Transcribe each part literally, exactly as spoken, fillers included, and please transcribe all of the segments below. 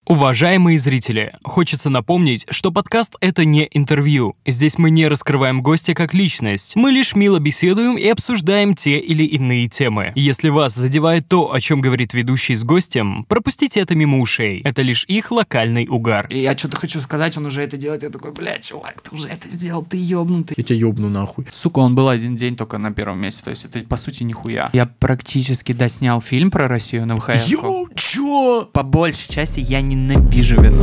Уважаемые зрители, хочется напомнить, что подкаст — это не интервью. Здесь мы не раскрываем гостя как личность. Мы лишь мило беседуем и обсуждаем те или иные темы. Если вас задевает то, о чем говорит ведущий с гостем, пропустите это мимо ушей. Это лишь их локальный угар. И я что-то хочу сказать, он уже это делает. Я такой, блядь, чувак, ты уже это сделал, ты ёбнутый. Я тебя ёбну нахуй. Сука, он был один день только на первом месте. То есть это, по сути, нихуя. Я практически доснял фильм про Россию на ВХС. Йоу, чё? По большей части я ненавижу вино.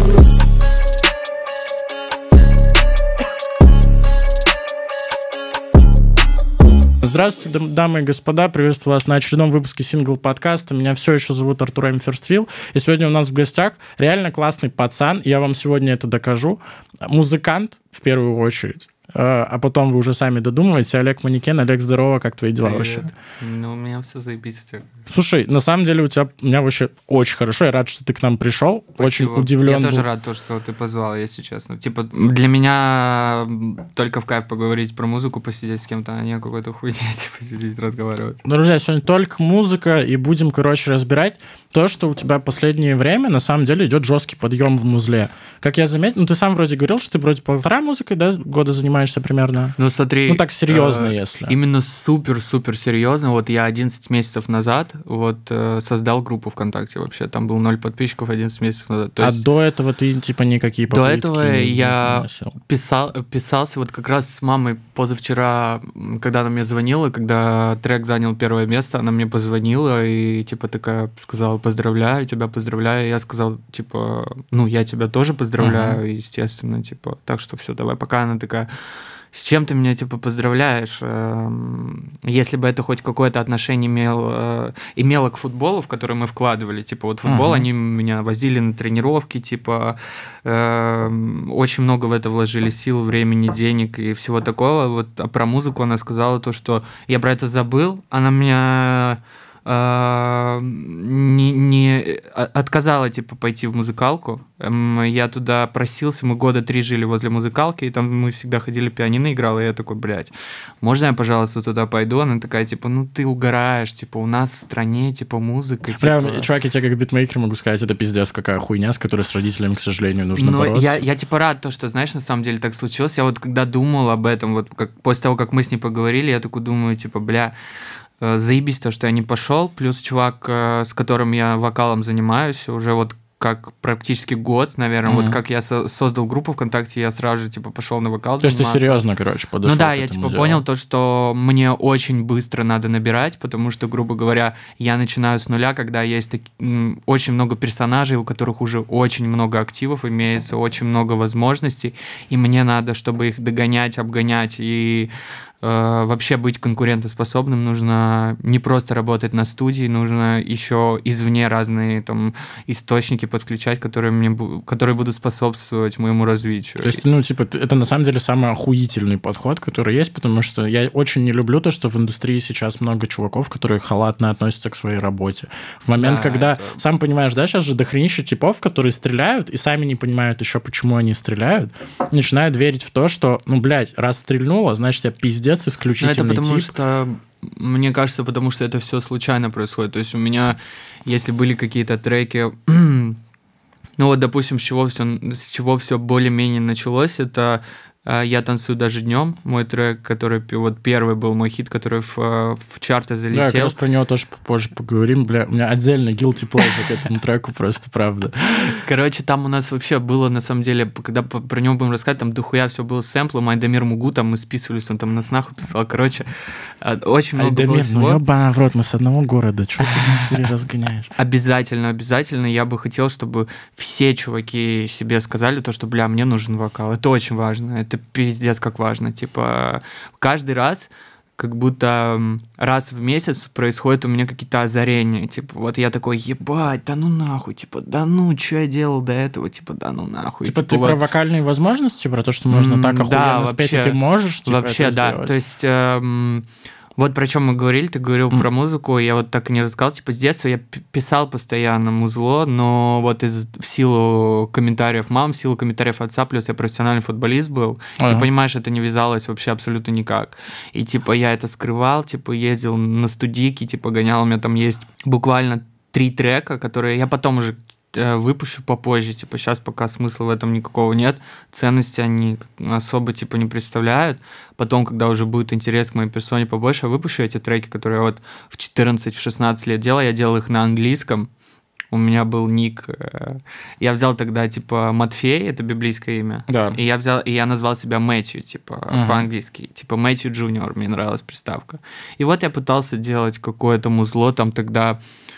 Здравствуйте, дамы и господа, приветствую вас на очередном выпуске сингл-подкаста. Меня все еще зовут Артур М. Ферстфилл, и сегодня у нас в гостях реально классный пацан, я вам сегодня это докажу. Музыкант, в первую очередь, а потом вы уже сами додумываете. Олег Манекен. Олег, здорово, как твои дела вообще? Ну, у меня все заебись. Слушай, на самом деле у тебя, у меня вообще очень хорошо, я рад, что ты к нам пришел. Спасибо. Очень удивлен. Я был. тоже рад, то, что ты позвал, если честно. Типа, для меня только в кайф поговорить про музыку, посидеть с кем-то, а не о какой-то хуйне, типа, сидеть, разговаривать. Друзья, сегодня только музыка, и будем, короче, разбирать то, что у тебя в последнее время, на самом деле, идет жесткий подъем в музле. Как я заметил, ну, ты сам вроде говорил, что ты вроде полтора музыкой, да, года занимаешься примерно? Ну, смотри. Ну, так серьезно, э, если. Именно супер-супер серьезно. Вот я одиннадцать месяцев назад вот э, создал группу ВКонтакте вообще. Там был ноль подписчиков одиннадцать месяцев назад. То а есть, до этого ты, типа, никакие попытки до этого не я носил? писал, писался вот как раз с мамой позавчера, когда она мне звонила, когда трек занял первое место, она мне позвонила и, типа, такая сказала: поздравляю тебя, поздравляю. И я сказал, типа, ну, я тебя тоже поздравляю, uh-huh. естественно, типа, так что все, давай пока. Она такая: с чем ты меня, типа, поздравляешь? Если бы это хоть какое-то отношение имело, имело к футболу, в который мы вкладывали, типа, вот футбол, uh-huh. они меня возили на тренировки, типа, очень много в это вложили сил, времени, денег и всего такого. Вот, а про музыку она сказала то, что я про это забыл, она меня... Не, не отказала, типа, пойти в музыкалку. Я туда просился, мы года три жили возле музыкалки, и там мы всегда ходили, пианино играл, и я такой, блядь, можно я, пожалуйста, туда пойду? Она такая, типа, ну ты угораешь, типа, у нас в стране, типа, музыка. Бля, типа... чувак, я тебе как битмейкер могу сказать, это пиздец какая хуйня, с которой с родителями, к сожалению, нужно Но бороться. Я, я, типа, рад, то, что, знаешь, на самом деле так случилось. Я вот когда думал об этом, вот как, после того, как мы с ней поговорили, я такой думаю, типа, бля, заебись то, что я не пошел, плюс чувак, с которым я вокалом занимаюсь, уже вот как практически год, наверное, mm-hmm. вот как я со- создал группу ВКонтакте, я сразу же, типа, пошел на вокал. То есть ты серьезно, короче, подошел Ну да, к я, этому типа, делу. понял то, что мне очень быстро надо набирать, потому что, грубо говоря, я начинаю с нуля, когда есть таки, м, очень много персонажей, у которых уже очень много активов имеется, очень много возможностей, и мне надо, чтобы их догонять, обгонять и э, вообще быть конкурентоспособным, нужно не просто работать на студии, нужно еще извне разные там источники подключать, которые, мне, которые будут способствовать моему развитию. То есть, ну, типа, это на самом деле самый охуительный подход, который есть, потому что я очень не люблю то, что в индустрии сейчас много чуваков, которые халатно относятся к своей работе. В момент, да, когда, это... сам понимаешь, да, сейчас же дохренища типов, которые стреляют и сами не понимают еще, почему они стреляют, начинают верить в то, что, ну, блядь, раз стрельнуло, значит, я пиздец исключительный это потому тип. что... Мне кажется, потому что это все случайно происходит. То есть у меня, если были какие-то треки... Ну вот, допустим, с чего все, с чего все более-менее началось, это «Я танцую даже днем», мой трек, который вот первый был мой хит, который в, в чарты залетел. Да, как раз про него тоже попозже поговорим. Бля, у меня отдельно guilty pleasure к этому треку, просто правда. Короче, там у нас вообще было, на самом деле, когда про него будем рассказывать, там дохуя все было сэмплом, Айдамир Мугу, там мы списывались, он там нас нахуй писал, короче, очень много Айдамир, было всего. ну ёбана в рот, мы с одного города, что ты на разгоняешь? Обязательно, обязательно я бы хотел, чтобы все чуваки себе сказали то, что, бля, мне нужен вокал, это очень важно, это пиздец как важно, типа, каждый раз как будто раз в месяц происходит у меня какие-то озарения, типа, вот я такой, ебать, да ну нахуй, типа, да ну, что я делал до этого, типа, да ну нахуй. Типа, типа ты вот... про вокальные возможности, про то, что можно так охуенно да, спеть, вообще, и ты можешь, типа, вообще, это да, сделать? то есть... Эм... Вот про чем мы говорили, ты говорил mm. про музыку, я вот так и не рассказал, типа с детства я писал постоянно музло, но вот из, в силу комментариев мам, в силу комментариев отца, плюс я профессиональный футболист был, uh-huh. ты понимаешь, это не вязалось вообще абсолютно никак. И типа я это скрывал, типа ездил на студийки, типа гонял, у меня там есть буквально три трека, которые я потом уже выпущу попозже, типа, сейчас пока смысла в этом никакого нет, ценности они особо, типа, не представляют. Потом, когда уже будет интерес к моей персоне побольше, я выпущу эти треки, которые вот в четырнадцать-шестнадцать лет делал, я делал их на английском. У меня был ник, я взял тогда, типа, Матфей, это библейское имя, да. и я взял, и я назвал себя Мэтью, типа, uh-huh. по-английски, типа, Мэтью Джуниор, мне нравилась приставка. И вот я пытался делать какое-то музло, там тогда,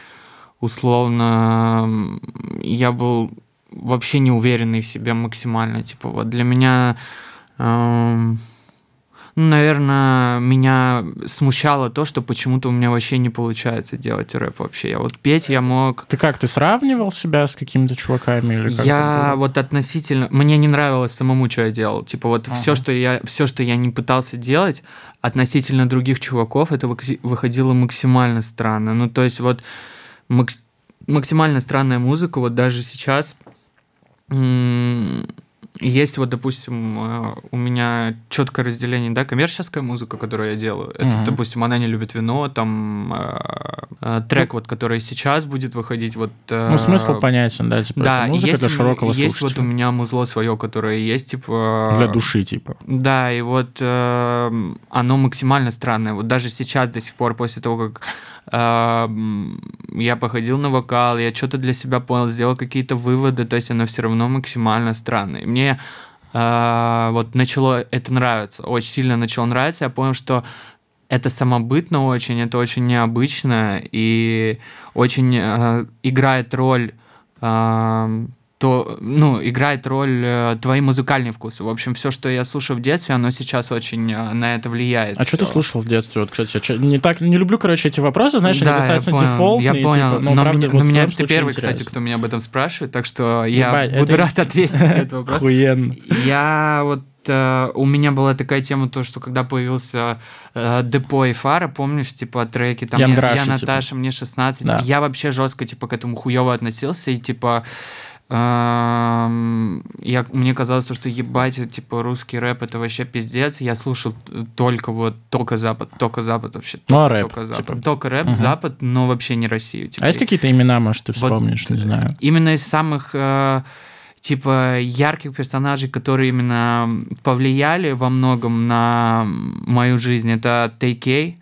условно, я был вообще не уверенный в себе максимально, типа, вот для меня... Эм... Ну, наверное, меня смущало то, что почему-то у меня вообще не получается делать рэп вообще. Я вот петь я мог... Ты как, ты сравнивал себя с какими-то чуваками? Или как я вот относительно... Мне не нравилось самому, что я делал. Типа вот ага. все, что я, все, что я не пытался делать, относительно других чуваков, это выходило максимально странно. Ну, то есть вот макс... максимально странная музыка, вот даже сейчас... М- Есть вот, допустим, у меня четкое разделение, да, коммерческая музыка, которую я делаю. Это, uh-huh. допустим, «Она не любит вино», там э, трек, вот, который сейчас будет выходить. Вот, э, ну, смысл понятен, да, типа, да, это музыка есть, для широкого есть слушателя. вот у меня музло свое, которое есть, типа... Для души, типа. Да, и вот э, оно максимально странное. Вот даже сейчас, до сих пор, после того, как э, я походил на вокал, я что-то для себя понял, сделал какие-то выводы, то есть оно все равно максимально странное. Мне э, вот начало это нравиться, очень сильно начало нравиться, я понял, что это самобытно очень, это очень необычно и очень э, играет роль... Э, то, ну, играет роль э, твои музыкальные вкусы. В общем, все, что я слушаю в детстве, оно сейчас очень э, на это влияет. А что ты слушал в детстве? Вот, кстати, я не так не люблю, короче, эти вопросы, знаешь, да, они достаточно я дефолтные. Я понял, типа, но, но, правда, меня, вот но меня ты случае первый, интересно. кстати, кто меня об этом спрашивает, так что я Ебать, буду это... рад ответить на этот вопрос. Охуенно. Я вот Uh, у меня была такая тема, то, что когда появился uh, Депо и Фара, помнишь, типа, треки, там, Young я, Rush, я Наташа, типа. мне шестнадцать, Да. я вообще жестко, типа, к этому хуёво относился, и, типа, uh, я, мне казалось, что, ебать, типа, русский рэп, это вообще пиздец, я слушал только вот, только Запад, только Запад вообще. Ну, а только, рэп, только Запад. типа. Только рэп, угу. Запад, но вообще не Россию. Типа. А есть какие-то имена, может, ты вспомнишь, вот, не знаю? Именно из самых... Uh, типа ярких персонажей, которые именно повлияли во многом на мою жизнь, это Тей Кей.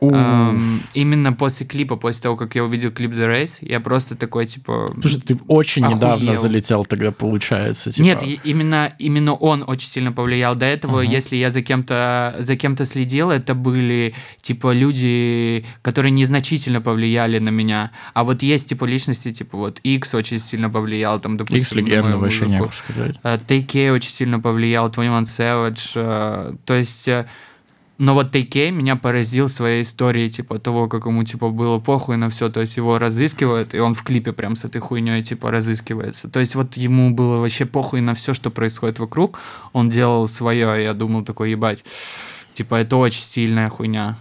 Эм, именно после клипа, после того, как я увидел клип The Race, я просто такой, типа... Слушай, ты очень охуел. недавно залетел тогда, получается. Типа... Нет, именно, именно он очень сильно повлиял. До этого, uh-huh. если я за кем-то, за кем-то следил, это были, типа, люди, которые незначительно повлияли на меня. А вот есть, типа, личности, типа, вот X очень сильно повлиял, там, допустим... X легенда, вообще не могу сказать. Тей Кей очень сильно повлиял, двадцать один Savage, то есть... Но вот Тей Кей меня поразил своей историей, типа, того, как ему, типа, было похуй на все, то есть его разыскивают, и он в клипе прям с этой хуйней, типа, разыскивается. То есть вот ему было вообще похуй на все, что происходит вокруг, он делал свое, и я думал такой, ебать, типа, это очень стильная хуйня.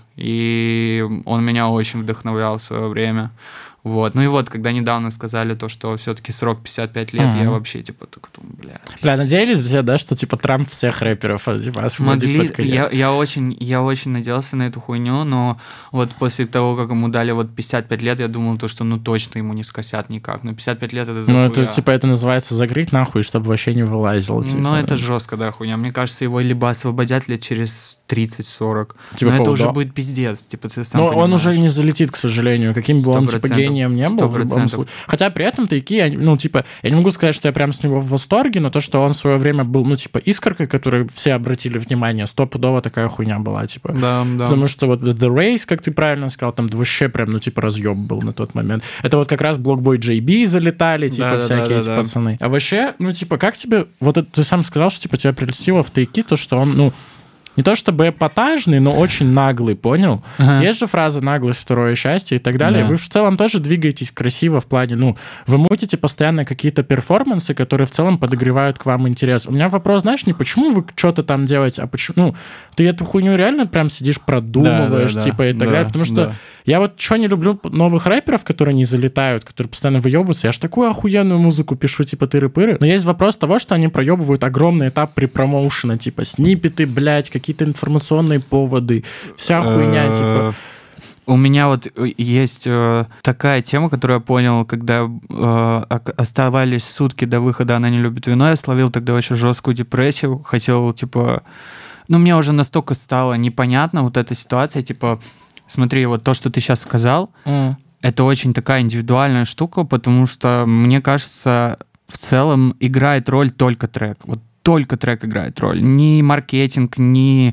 И он меня очень вдохновлял в свое время. Вот. Ну и вот, когда недавно сказали то, что все-таки срок пятьдесят пять лет, mm-hmm. я вообще, типа, так думаю, бля. Бля, надеялись все, да, что, типа, Трамп всех рэперов, типа, освободит Могли, под конец. я, я, очень, я очень надеялся на эту хуйню, но вот после того, как ему дали вот пятьдесят пять лет, я думал, то, что, ну, точно ему не скосят никак. Но пятьдесят пять лет — это Ну, это, хуя. Типа, это называется закрыть нахуй, чтобы вообще не вылазил. Типа. Ну, это жестко, да, хуйня. Мне кажется, его либо освободят лет через тридцать-сорок. Типа, но это полдо... уже будет пиздец, типа, ты сам Ну, понимаешь. он уже не залетит, к сожалению, каким бы он, типа, гением не был. В любом случае. Хотя при этом Тей Кей, ну, типа, я не могу сказать, что я прям с него в восторге, но то, что он в свое время был, ну, типа, искоркой, которой все обратили внимание, стопудово такая хуйня была, типа. Да, да. Потому что вот The Race, как ты правильно сказал, там вообще прям, ну, типа, разъеб был на тот момент. Это вот как раз Блокбой Джей Би залетали, типа, да, всякие да, да, эти да. пацаны. А вообще, ну, типа, как тебе, вот это, ты сам сказал, что, типа, тебя прельстило в Тей Кей то, что он, ну, не то чтобы эпатажный, но очень наглый, понял? Ага. Есть же фраза «наглость, второе счастье» и так далее. Да. Вы в целом тоже двигаетесь красиво в плане, ну, вы мутите постоянно какие-то перформансы, которые в целом подогревают к вам интерес. У меня вопрос, знаешь, не почему вы что-то там делаете, а почему, ну, ты эту хуйню реально прям сидишь, продумываешь, да, да, типа, да, и так да, далее. Потому что да. я вот что не люблю новых рэперов, которые не залетают, которые постоянно выебываются. Я ж такую охуенную музыку пишу, типа, тыры-пыры. Но есть вопрос того, что они проебывают огромный этап при промоушена, типа, сниппеты, блядь, какие какие-то информационные поводы, вся хуйня, типа... У меня вот есть э, такая тема, которую я понял, когда э, оставались сутки до выхода «Она не любит вино», я словил тогда вообще жесткую депрессию, хотел, типа... Ну, мне уже настолько стало непонятно вот эта ситуация, типа, смотри, вот то, что ты сейчас сказал, mm. это очень такая индивидуальная штука, потому что, мне кажется, в целом играет роль только трек. Вот только трек играет роль. Ни маркетинг, ни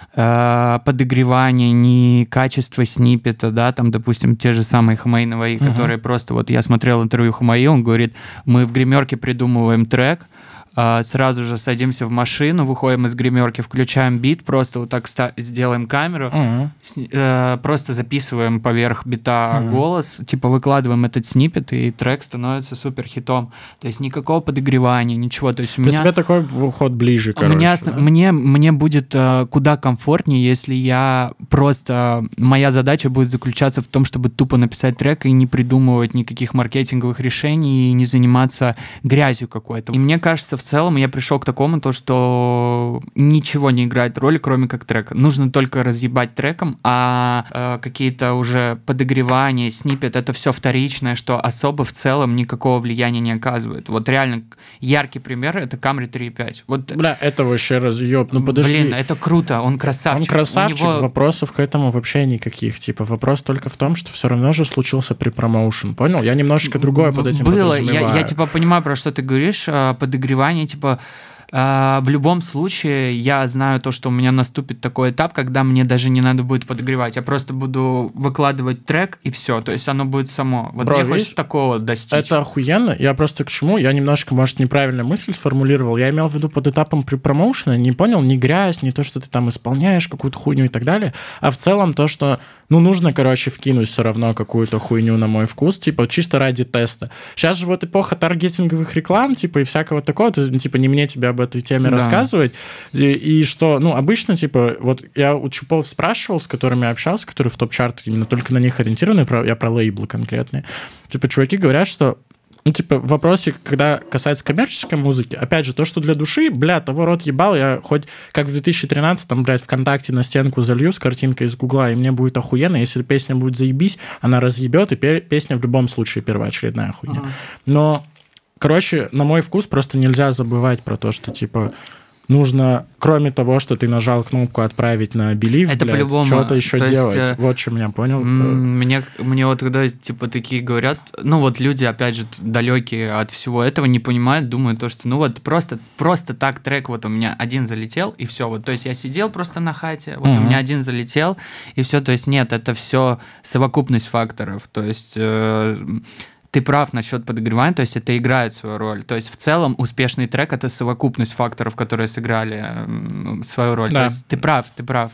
э, подогревание, ни качество сниппета, да, там, допустим, те же самые Хамаи Наваи, uh-huh. которые просто... Вот я смотрел интервью Хамаи, он говорит, мы в гримерке придумываем трек, сразу же садимся в машину, выходим из гримерки, включаем бит, просто вот так ста- сделаем камеру, uh-huh. с, э, просто записываем поверх бита uh-huh. голос, типа выкладываем этот сниппет, и трек становится супер хитом. То есть никакого подогревания, ничего. То есть у То меня... тебе такой уход ближе, короче. Мне, да? мне, мне будет э, куда комфортнее, если я просто... Моя задача будет заключаться в том, чтобы тупо написать трек и не придумывать никаких маркетинговых решений, и не заниматься грязью какой-то. И мне кажется, в целом я пришел к такому, то, что ничего не играет роли, кроме как трека. Нужно только разъебать треком, а э, какие-то уже подогревания, сниппет, это все вторичное, что особо в целом никакого влияния не оказывает. Вот реально яркий пример — это Camry три и пять. Вот, бля, это вообще разъеб. Ну подожди. Блин, это круто, он красавчик. Он красавчик, него... вопросов к этому вообще никаких. Типа вопрос только в том, что все равно же случился препромоушен. Понял? Я немножечко другое под этим Было, подразумеваю. я, я типа понимаю, про что ты говоришь, подогревание, типа Uh, в любом случае, я знаю то, что у меня наступит такой этап, когда мне даже не надо будет подогревать. Я просто буду выкладывать трек, и все. То есть оно будет само. Вот Бро, мне видишь, хочется такого достичь. Это охуенно. Я просто к чему? Я немножко, может, неправильно мысль сформулировал. Я имел в виду под этапом препромоушена, не понял ни грязь, ни то, что ты там исполняешь какую-то хуйню и так далее, а в целом то, что, ну, нужно, короче, вкинуть все равно какую-то хуйню на мой вкус, типа, чисто ради теста. Сейчас же вот эпоха таргетинговых реклам, типа, и всякого такого, ты, типа, не мне тебя об этой теме да. рассказывать, и, и что, ну, обычно, типа, вот я у чупов спрашивал, с которыми я общался, которые в топ-чарт именно только на них ориентированы, я про лейблы конкретные, типа, чуваки говорят, что, ну, типа, в вопросе, когда касается коммерческой музыки, опять же, то, что для души, бля, того рот ебал, я хоть как в две тысячи тринадцатом, блядь, ВКонтакте на стенку залью с картинкой из Гугла, и мне будет охуенно, если песня будет заебись, она разъебет, и песня в любом случае первоочередная хуйня. Uh-huh. Но, короче, на мой вкус просто нельзя забывать про то, что, типа, нужно, кроме того, что ты нажал кнопку «Отправить» на Believe, это блядь, что-то еще то делать. Есть, вот что меня понял. Мне, мне вот когда, типа, такие говорят, ну вот люди, опять же, далекие от всего этого, не понимают, думают то, что, ну вот просто, просто так трек вот у меня один залетел, и все. Вот, то есть я сидел просто на хате, вот mm-hmm. у меня один залетел, и все. То есть нет, это все совокупность факторов. То есть... Э- Ты прав насчет подогревания, то есть это играет свою роль. То есть в целом успешный трек — это совокупность факторов, которые сыграли свою роль. Да. То есть ты прав, ты прав.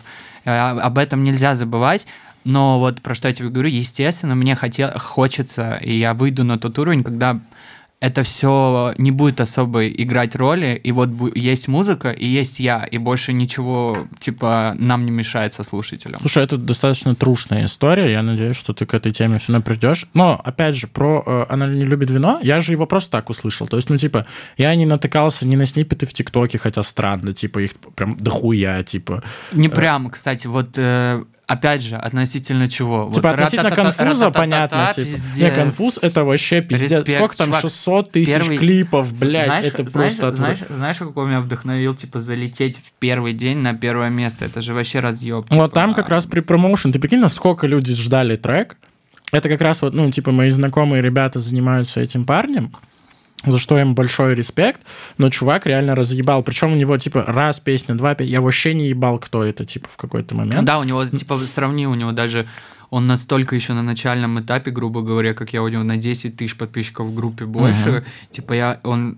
Об этом нельзя забывать. Но вот про что я тебе говорю, естественно, мне хотел, хочется, и я выйду на тот уровень, когда это все не будет особо играть роли, и вот есть музыка, и есть я, и больше ничего, типа, нам не мешает со слушателем. Слушай, это достаточно трушная история, я надеюсь, что ты к этой теме все равно придешь. Но, опять же, про э, «Она не любит вино», я же его просто так услышал. То есть, ну, типа, я не натыкался ни на сниппеты в ТикТоке, хотя странно, типа, их прям дохуя, типа. Не прям, кстати, вот... Э, Опять же, относительно чего? Типа вот относительно конфуза, понятно. Типа. Не, конфуз — это вообще пиздец. Респект. Сколько там, шестьсот тысяч первый... клипов, блядь, знаешь, это знаешь, просто... Знаешь, знаешь, какой меня вдохновил, типа, залететь в первый день на первое место? Это же вообще разъеб. Вот типа, там а... как раз при промоушен, ты прикинь, насколько люди ждали трек. Это как раз вот, ну, типа, мои знакомые ребята занимаются этим парнем, за что им большой респект, но чувак реально разъебал. Причем у него, типа, раз песня, два песня, я вообще не ебал, кто это, типа, в какой-то момент. Да, у него, типа, сравни, у него даже, он настолько еще на начальном этапе, грубо говоря, как я, у него на десять тысяч подписчиков в группе больше, uh-huh. типа, я, он,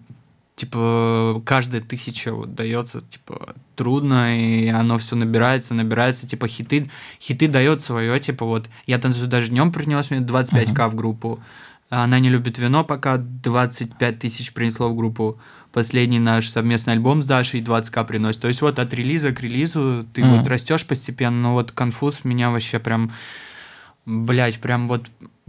типа, каждая тысяча вот дается, типа, трудно, и оно все набирается, набирается, типа, хиты, хиты дает свое, типа, вот, я танцую даже днем принес мне двадцать пять тысяч uh-huh. в группу. Она не любит вино, пока двадцать пять тысяч принесло в группу. Последний наш совместный альбом с Дашей двадцать тысяч приносит. То есть вот от релиза к релизу ты mm-hmm. вот растешь постепенно, но вот конфуз меня вообще прям, блять, прям вот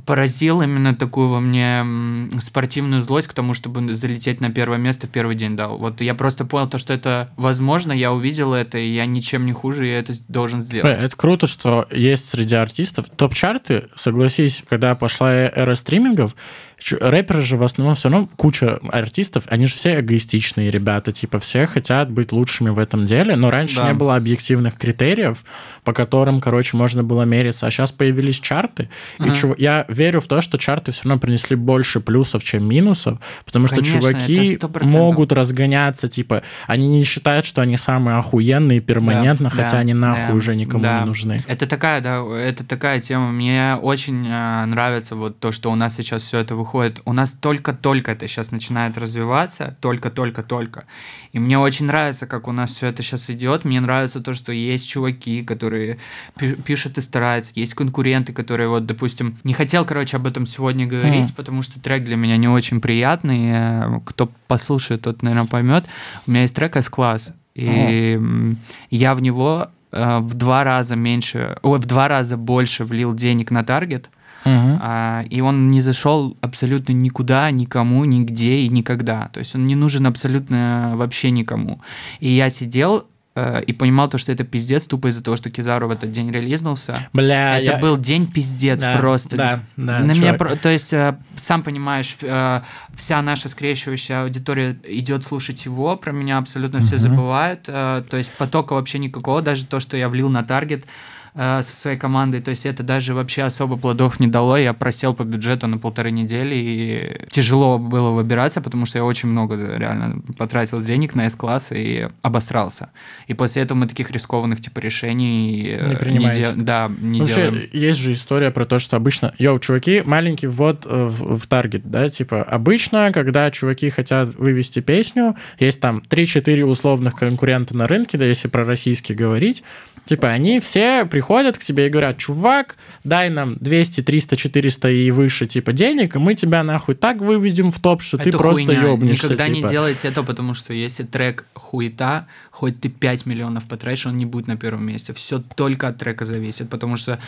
поразил именно такую во мне спортивную злость к тому, чтобы залететь на первое место в первый день дал. Вот я просто понял то, что это возможно, я увидел это, и я ничем не хуже, и я это должен сделать. Это круто, что есть среди артистов топ-чарты, согласись, когда пошла эра стримингов, рэперы же в основном все равно куча артистов, они же все эгоистичные ребята, типа все хотят быть лучшими в этом деле, но раньше да. не было объективных критериев, по которым, короче, можно было мериться, а сейчас появились чарты, uh-huh. и чего, я верю в то, что чарты все равно принесли больше плюсов, чем минусов, потому что Конечно, чуваки могут разгоняться, типа, они не считают, что они самые охуенные перманентно, да, хотя да, они нахуй да, уже никому да. не нужны. Это такая, да, это такая тема, мне очень э, нравится вот то, что у нас сейчас все это выходит. У нас только-только это сейчас начинает развиваться, только-только-только. И мне очень нравится, как у нас все это сейчас идет. Мне нравится то, что есть чуваки, которые пишут и стараются. Есть конкуренты, которые, вот, допустим, не хотел, короче, об этом сегодня говорить, mm. потому что трек для меня не очень приятный. Кто послушает, тот, наверное, поймет. У меня есть трек «С-класс», и mm. я в него э, в два раза меньше, ой, в два раза больше влил денег на таргет. Uh-huh. А, и он не зашел абсолютно никуда, никому, нигде и никогда. То есть он не нужен абсолютно вообще никому. И я сидел э, и понимал то, что это пиздец, тупо из-за того, что Кизару в этот день релизнулся. Бля, это я... был день пиздец да, просто. Да, да, на меня, то есть, э, сам понимаешь, э, вся наша скрещивающая аудитория идет слушать его, про меня абсолютно uh-huh. все забывают. Э, то есть потока вообще никакого, даже то, что я влил на таргет со своей командой, то есть это даже вообще особо плодов не дало, я просел по бюджету на полторы недели, и тяжело было выбираться, потому что я очень много реально потратил денег на С-класс и обосрался. И после этого мы таких рискованных типа решений не принимаете. Не де... Да, не Вообще, делаем. Есть же история про то, что обычно, йоу, чуваки, маленький ввод в, в таргет, да, типа обычно, когда чуваки хотят вывести песню, есть там три-четыре условных конкурента на рынке, да, если про российский говорить, типа они все приходят к тебе и говорят: чувак, дай нам двести, триста, четыреста и выше типа денег, и мы тебя нахуй так выведем в топ, что это ты просто ёбнешься. Никогда типа. Не делайте это, потому что если трек хуета, хоть ты пять миллионов потратишь, он не будет на первом месте. Все только от трека зависит, потому что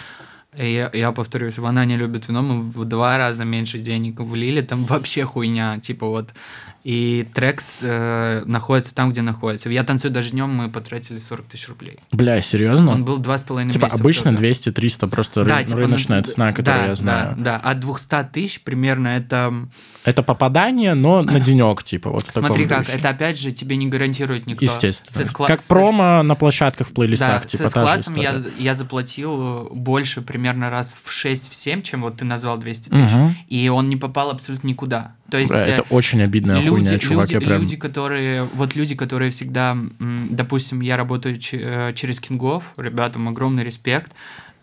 Я, я повторюсь, «Она не любит вино», мы в два раза меньше денег влили, там вообще хуйня, типа вот. И трек э, находится там, где находится. «Я танцую даже днем» мы потратили сорок тысяч рублей. Бля, серьезно? Он был два с половиной типа месяца. Типа обычно двести-триста просто да, ры- типа, рыночная цена, которую да, я знаю. Да, да, от двести тысяч примерно это... Это попадание, но на денек, типа, вот в Смотри таком как, духе. Это опять же тебе не гарантирует никто. Естественно. С-кла- как с- промо на площадках в плейлистах, да, типа, с та же классом я, я заплатил больше примерно раз в шесть-семь, чем вот ты назвал двести тысяч, угу. И он не попал абсолютно никуда. То есть, Бля, это очень обидная люди, хуйня, чувак. Люди, я прям... люди, которые, вот люди, которые всегда, допустим, я работаю ч- через Кингов, ребятам огромный респект.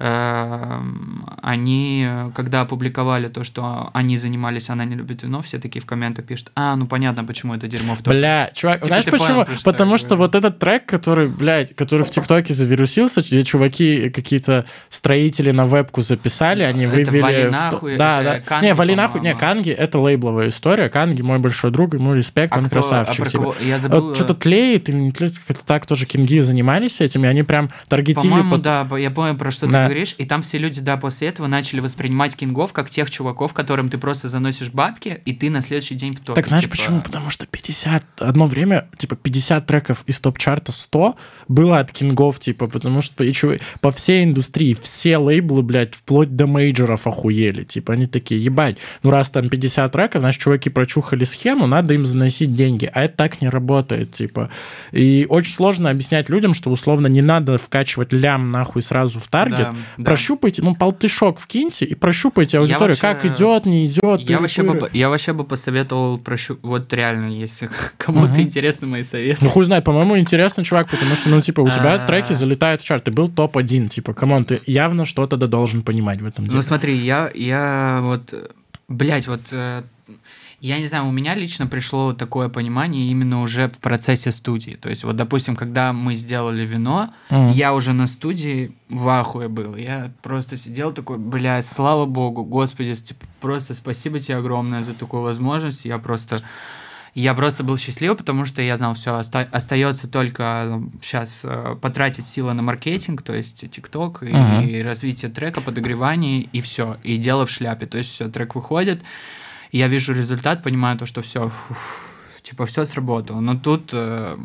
Они, когда опубликовали то, что они занимались «Она не любит вино», все такие в комментах пишут: а, ну понятно, почему это дерьмо в топе. Бля, чувак, типа, знаешь почему? Понял, Потому что вот этот трек, который, блядь, который в ТикТоке завирусился, где чуваки какие-то строители на вебку записали, они это вывели... вали нахуй, в... Да, это да. Канги, не, вали по-моему. нахуй, не, Канги — это лейбловая история. Канги мой большой друг, ему респект, а он кто, красавчик. а типа. Я забыл... Вот что-то тлеет, или не тлеет, как-то так тоже Кинги занимались этим, и они прям таргетили... По-моему, под... да, я понял, про что да. ты говоришь, и там все люди, да, после этого начали воспринимать Кингов как тех чуваков, которым ты просто заносишь бабки, и ты на следующий день в топе. Так знаешь типа... почему? Потому что пятьдесят... Одно время, типа, пятьдесят треков из топ-чарта сто было от Кингов, типа, потому что и, чу... по всей индустрии все лейблы, блядь, вплоть до мейджоров охуели. Типа, они такие: ебать, ну раз там пятьдесят треков, значит, чуваки прочухали схему, надо им заносить деньги. А это так не работает, типа. И очень сложно объяснять людям, что, условно, не надо вкачивать лям нахуй сразу в таргет. Да, прощупайте, да. ну, полтышок вкиньте и прощупайте аудиторию, вообще, как идет, не идет. Я вообще, бы, я вообще бы посоветовал прощупать, вот реально, если кому-то uh-huh. интересны мои советы. Ну хуй знает, по-моему, интересный чувак, потому что, ну, типа, у тебя треки залетают в чарт, ты был топ один, типа, камон, ты явно что-то да должен понимать в этом деле. Ну смотри, я, я вот, блядь, вот... Я не знаю, у меня лично пришло такое понимание именно уже в процессе студии. То есть, вот, допустим, когда мы сделали вино, mm. я уже на студии в ахуе был. Я просто сидел такой: блядь, слава богу, господи, типа, просто спасибо тебе огромное за такую возможность. Я просто... Я просто был счастлив, потому что я знал, все, оста- остается только сейчас э, потратить силы на маркетинг, то есть ТикТок и, uh-huh. и развитие трека, подогревание, и все, и дело в шляпе. То есть все, трек выходит, я вижу результат, понимаю то, что все, типа, все сработало. Но тут... Э,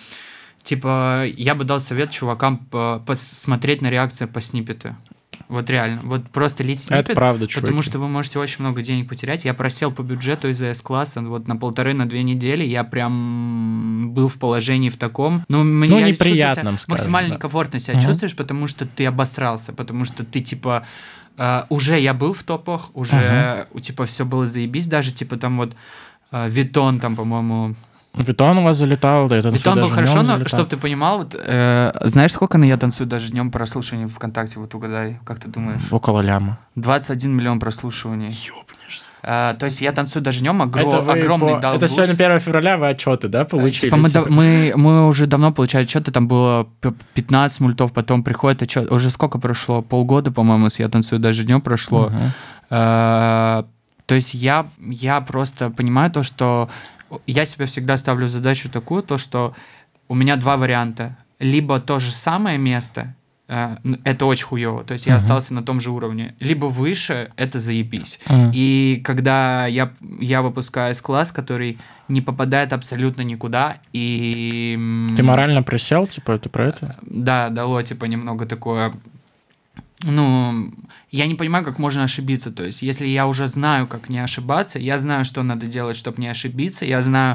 Типа, я бы дал совет чувакам посмотреть на реакции по сниппету. Вот реально. Вот просто лить сниппет. Это правда, чуваки. Потому что вы можете очень много денег потерять. Я просел по бюджету из-за эс-класса вот на полторы, на две недели. Я прям был в положении в таком... Ну, мне ну неприятном, скажем. Максимально да. некомфортно себя угу. чувствуешь, потому что ты обосрался. Потому что ты, типа... Uh, уже я был в топах, уже, uh-huh. типа, все было заебись. Даже, типа, там вот Витон, uh, там, по-моему... Витон у вас залетал, да, я танцую Витон был даже хорошо, днем но, залетал. чтобы ты понимал, вот, э, знаешь, сколько на «Я танцую даже днем» прослушиваний ВКонтакте, вот угадай, как ты думаешь? Около ляма. двадцать один миллион прослушиваний. Ёбнешься. Uh, то есть «Я танцую даже днем» огр- огромный по... дал Это буст. сегодня первое февраля, вы отчеты, да, получили? Типа мы, типа? да, мы, мы уже давно получали отчеты, там было пятнадцать мультов, потом приходит отчет. Уже сколько прошло? Полгода, по-моему, с «Я танцую даже днем» прошло. Uh-huh. Uh, то есть я, я просто понимаю то, что я себе всегда ставлю задачу такую, то, что у меня два варианта. Либо то же самое место, э, это очень хуёво, то есть я uh-huh. остался на том же уровне, либо выше, это заебись. Uh-huh. И когда я, я выпускаю эс-класс, который не попадает абсолютно никуда, и... Ты морально присел, типа, это про это? Да, дало, типа, немного такое... Ну, я не понимаю, как можно ошибиться. То есть, если я уже знаю, как не ошибаться, я знаю, что надо делать, чтобы не ошибиться, я знаю,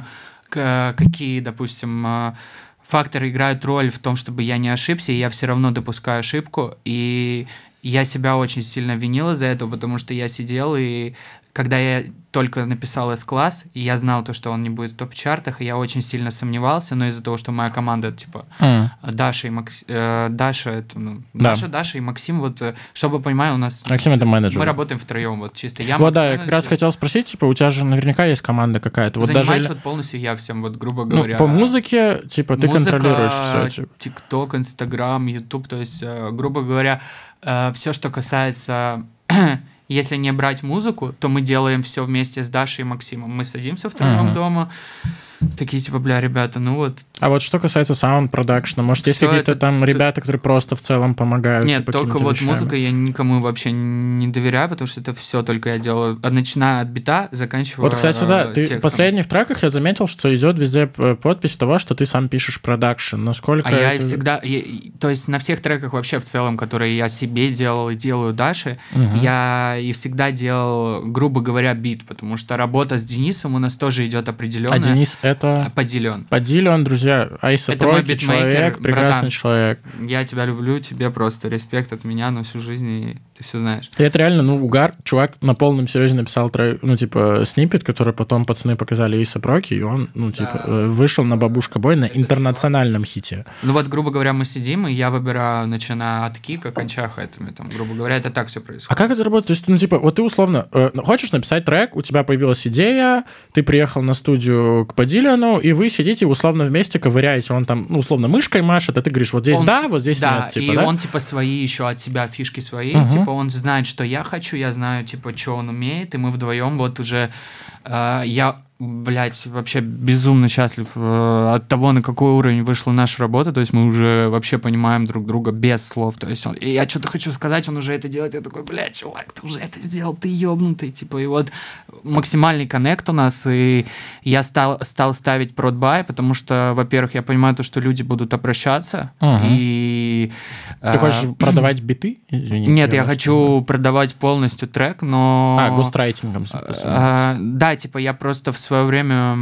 какие, допустим, факторы играют роль в том, чтобы я не ошибся, и я все равно допускаю ошибку, и я себя очень сильно винил из-за этого, потому что я сидел, и когда я только написал эс-класс, и я знал то, что он не будет в топ-чартах, и я очень сильно сомневался, но из-за того, что моя команда, типа, mm. Даша и Макс... э, Даша, это, ну, да. Даша, Даша и Максим, вот, чтобы понимаю, у нас... Максим — это менеджер. Мы работаем втроем, вот, чисто я, Вот, Макс, да, менеджер. Я как раз хотел спросить, типа, у тебя же наверняка есть команда какая-то. Вот Занимаюсь даже... вот полностью я всем, вот, грубо говоря. Ну, по музыке, типа, ты Музыка, контролируешь все. Типа. ТикТок, Инстаграм, Ютуб, то есть, э, грубо говоря, э, все, что касается... Если не брать музыку, то мы делаем все вместе с Дашей и Максимом. Мы садимся втроем uh-huh. дома, такие типа, бля, ребята, ну вот. А вот что касается саунд-продакшна, может, есть какие-то это, там это... ребята, которые просто в целом помогают? Нет, типа, только вот вещами? музыка я никому вообще не доверяю, потому что это все только я делаю, начиная от бита, заканчивая Вот, кстати, да, ты текстом. В последних треках я заметил, что идет везде подпись того, что ты сам пишешь продакшн. Насколько А это... я всегда, я, то есть на всех треках вообще в целом, которые я себе делал и делаю Даше, uh-huh. я и всегда делал, грубо говоря, бит, потому что работа с Денисом у нас тоже идет определенная. А Денис это... Подилен. Подилен, друзья, Айса Проки, человек, прекрасный братан, человек. Я тебя люблю, тебе просто респект от меня на всю жизнь, и ты все знаешь. И это реально, ну, угар. Чувак на полном серьезе написал трек, ну, типа, сниппет, который потом пацаны показали Айса Проки, и он, ну, типа, да. вышел на «Бабушка Бой» на это интернациональном чувак. Хите. Ну вот, грубо говоря, мы сидим, и я выбираю, начиная от кика, кончая хэтами, там, грубо говоря, это так все происходит. А как это работает? То есть, ну, типа, вот ты условно э, хочешь написать трек, у тебя появилась идея, ты приехал на студию к Подилену, и вы сидите условно вместе ковыряете, он там, ну, условно, мышкой машет, а ты говоришь, вот здесь он, да, вот здесь да, нет, типа, и да? он, типа, свои еще от себя фишки свои, uh-huh. типа, он знает, что я хочу, я знаю, типа, что он умеет, и мы вдвоем вот уже, э, я... Блять, вообще безумно счастлив э, от того, на какой уровень вышла наша работа. То есть мы уже вообще понимаем друг друга без слов. То есть он, и я что-то хочу сказать, он уже это делает. Я такой, блядь, чувак, ты уже это сделал, ты ёбнутый. Типа, и вот максимальный коннект у нас. И я стал, стал ставить продбай, потому что, во-первых, я понимаю то, что люди будут обращаться. Uh-huh. И... Ты э, хочешь продавать биты? Извини, Нет, я, я хочу что... продавать полностью трек, но... А, гострайтингом. Э, да, типа, я просто в свое время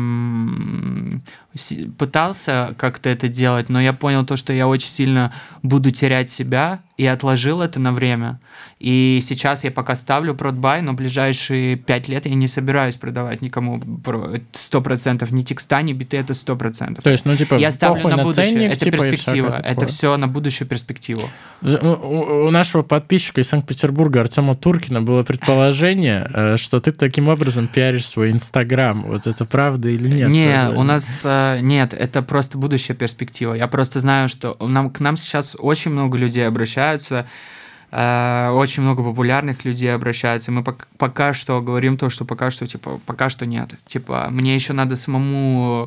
пытался как-то это делать, но я понял то, что я очень сильно буду терять себя, и отложил это на время. И сейчас я пока ставлю продбай, но в ближайшие пять лет я не собираюсь продавать никому сто процентов ни текста, ни биты, это сто процентов. То есть, ну, типа, я ставлю на, на будущее. Ценник, это типа, перспектива. Это все на будущую перспективу. У, у нашего подписчика из Санкт-Петербурга Артема Туркина было предположение, что ты таким образом пиаришь свой Инстаграм. Вот это правда или нет? Не, у нас нет, это просто будущая перспектива. Я просто знаю, что нам, к нам сейчас очень много людей обращаются. э, очень много популярных людей обращаются. Мы пока, пока что говорим то, что пока что, типа, пока что нет. Типа, мне еще надо самому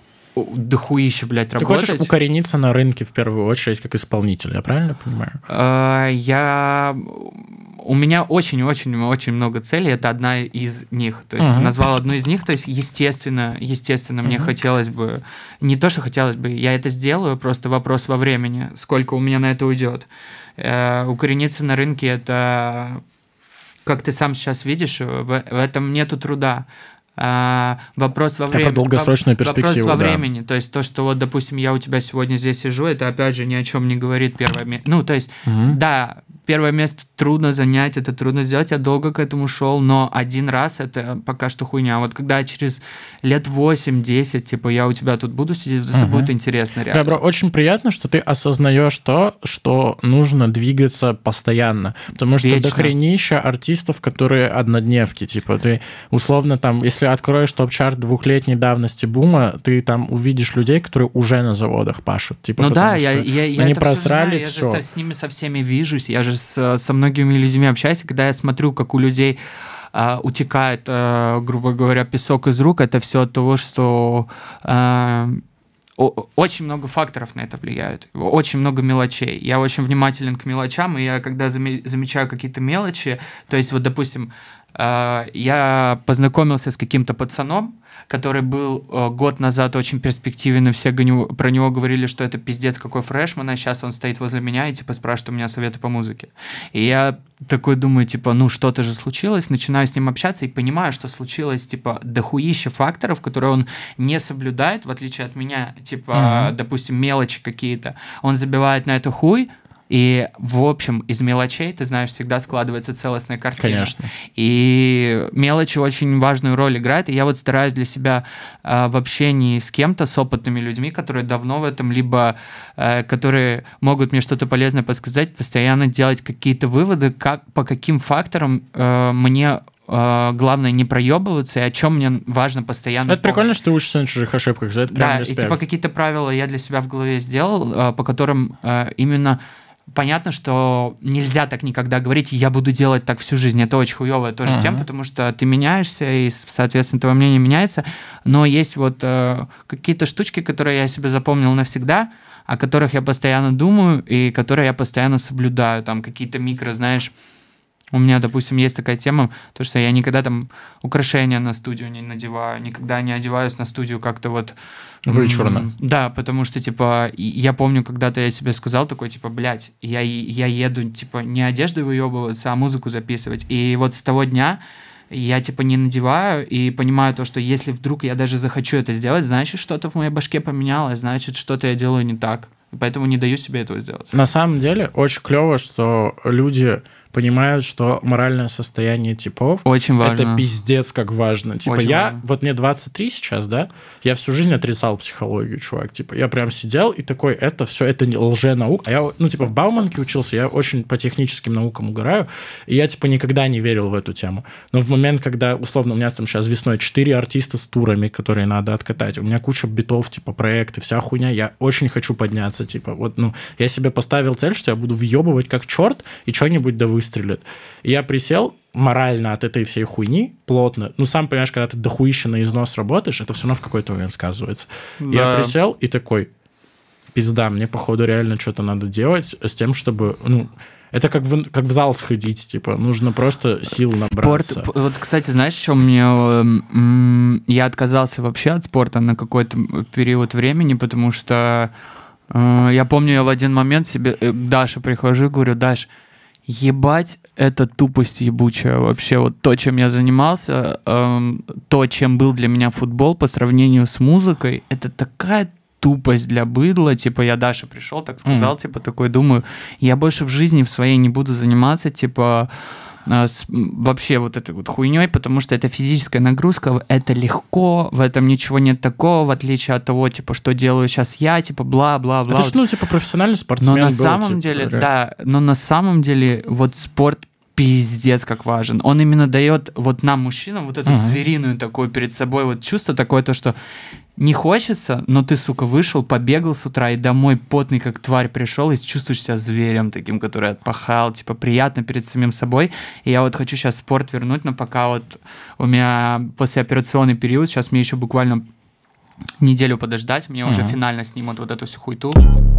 дохуище, блядь, работать. Ты хочешь укорениться на рынке в первую очередь как исполнитель, я правильно понимаю? Э, я... У меня очень-очень-очень много целей, это одна из них. То есть uh-huh. ты назвал одну из них, то есть естественно, естественно, uh-huh. мне хотелось бы, не то, что хотелось бы, я это сделаю, просто вопрос во времени, сколько у меня на это уйдет. Э, укорениться на рынке, это, как ты сам сейчас видишь, в, в этом нету труда. А, вопрос во времени. Это долгосрочную перспективу, вопрос во да. времени. То есть то, что вот, допустим, я у тебя сегодня здесь сижу, это опять же ни о чем не говорит первое место. Ну, то есть, угу. да, первое место трудно занять, это трудно сделать, я долго к этому шел, но один раз это пока что хуйня. Вот когда через лет восемь-десять, типа, я у тебя тут буду сидеть, это угу. будет интересно, реально. Да, бро, очень приятно, что ты осознаешь то, что нужно двигаться постоянно, потому что Вечно. дохренища артистов, которые однодневки, типа, ты условно там, если откроешь топ-чарт двухлетней давности бума, ты там увидишь людей, которые уже на заводах пашут. Типа, ну да, я, я, я они это просрали все. все. Я же со, с ними со всеми вижусь, я же с, со многими людьми общаюсь, и когда я смотрю, как у людей а, утекает, а, грубо говоря, песок из рук, это все от того, что а, о, очень много факторов на это влияют, очень много мелочей. Я очень внимателен к мелочам, и я когда заме, замечаю какие-то мелочи, то есть вот, допустим, а, я познакомился с каким-то пацаном, который был э, год назад очень перспективен, и все про него говорили, что это пиздец какой фрешман, а сейчас он стоит возле меня и типа спрашивает у меня советы по музыке. И я такой думаю, типа, ну что-то же случилось, начинаю с ним общаться и понимаю, что случилось, типа, дохуища факторов, которые он не соблюдает, в отличие от меня, типа, mm-hmm. допустим, мелочи какие-то. Он забивает на это хуй, и, в общем, из мелочей, ты знаешь, всегда складывается целостная картина. Конечно. И мелочи очень важную роль играют. И я вот стараюсь для себя э, в общении с кем-то, с опытными людьми, которые давно в этом, либо э, которые могут мне что-то полезное подсказать, постоянно делать какие-то выводы, как, по каким факторам э, мне главное не проебываться, и о чем мне важно постоянно Это помнить. прикольно, что ты учишься на чужих ошибках, за это прям Да, респект. и типа какие-то правила я для себя в голове сделал, по которым именно понятно, что нельзя так никогда говорить, я буду делать так всю жизнь. Это очень хуёвая тоже uh-huh. тема, потому что ты меняешься, и, соответственно, твое мнение меняется. Но есть вот э, какие-то штучки, которые я себе запомнил навсегда, о которых я постоянно думаю, и которые я постоянно соблюдаю. Там какие-то микро, знаешь... У меня, допустим, есть такая тема, то, что я никогда там украшения на студию не надеваю, никогда не одеваюсь на студию как-то вот... Вычурно. М- да, потому что, типа, я помню, когда-то я себе сказал такой, типа, блядь, я, я еду, типа, не одеждой выебываться, а музыку записывать. И вот с того дня я, типа, не надеваю и понимаю то, что если вдруг я даже захочу это сделать, значит, что-то в моей башке поменялось, значит, что-то я делаю не так. Поэтому не даю себе этого сделать. На самом деле, очень клево, что люди... понимают, что моральное состояние типов очень важно. Это пиздец как важно. Типа очень я, важно. Вот мне двадцать три сейчас, да, я всю жизнь отрицал психологию, чувак. Типа я прям сидел и такой, это все, это не лженаука. А я, ну, типа в Бауманке учился, я очень по техническим наукам угораю, и я, типа, никогда не верил в эту тему. Но в момент, когда, условно, у меня там сейчас весной четыре артиста с турами, которые надо откатать, у меня куча битов, типа, проекты, вся хуйня, я очень хочу подняться, типа, вот, ну, я себе поставил цель, что я буду въебывать как черт и что-нибудь да выстрелит. И я присел морально от этой всей хуйни плотно. Ну, сам понимаешь, когда ты дохуище на износ работаешь, это все равно в какой-то момент сказывается. Да. Я присел и такой, пизда, мне, походу, реально что-то надо делать с тем, чтобы, ну, это как в, как в зал сходить, типа, нужно просто сил набраться. Спорт, вот, кстати, знаешь, что мне... Я отказался вообще от спорта на какой-то период времени, потому что э, я помню, я в один момент себе к Даше прихожу и говорю, Даш, ебать, это тупость ебучая вообще. Вот то, чем я занимался, эм, то, чем был для меня футбол по сравнению с музыкой, это такая тупость для быдла. Типа я Даше пришел, так сказал, mm. типа такой, думаю, я больше в жизни в своей не буду заниматься, типа э, с, вообще вот этой вот хуйней, потому что это физическая нагрузка, это легко, в этом ничего нет такого, в отличие от того, типа, что делаю сейчас я, типа, бла-бла-бла. Это ж, ну, типа, профессиональный спортсмен. Но на был, самом типа, деле, реально. да, но на самом деле вот спорт пиздец как важен. Он именно дает вот нам, мужчинам, вот эту uh-huh. звериную такую перед собой вот чувство такое, то, что не хочется, но ты, сука, вышел, побегал с утра и домой потный, как тварь, пришел и чувствуешь себя зверем таким, который отпахал, типа, приятно перед самим собой. И я вот хочу сейчас спорт вернуть, но пока вот у меня послеоперационный период, сейчас мне еще буквально неделю подождать, мне uh-huh. уже финально снимут вот эту всю хуйту.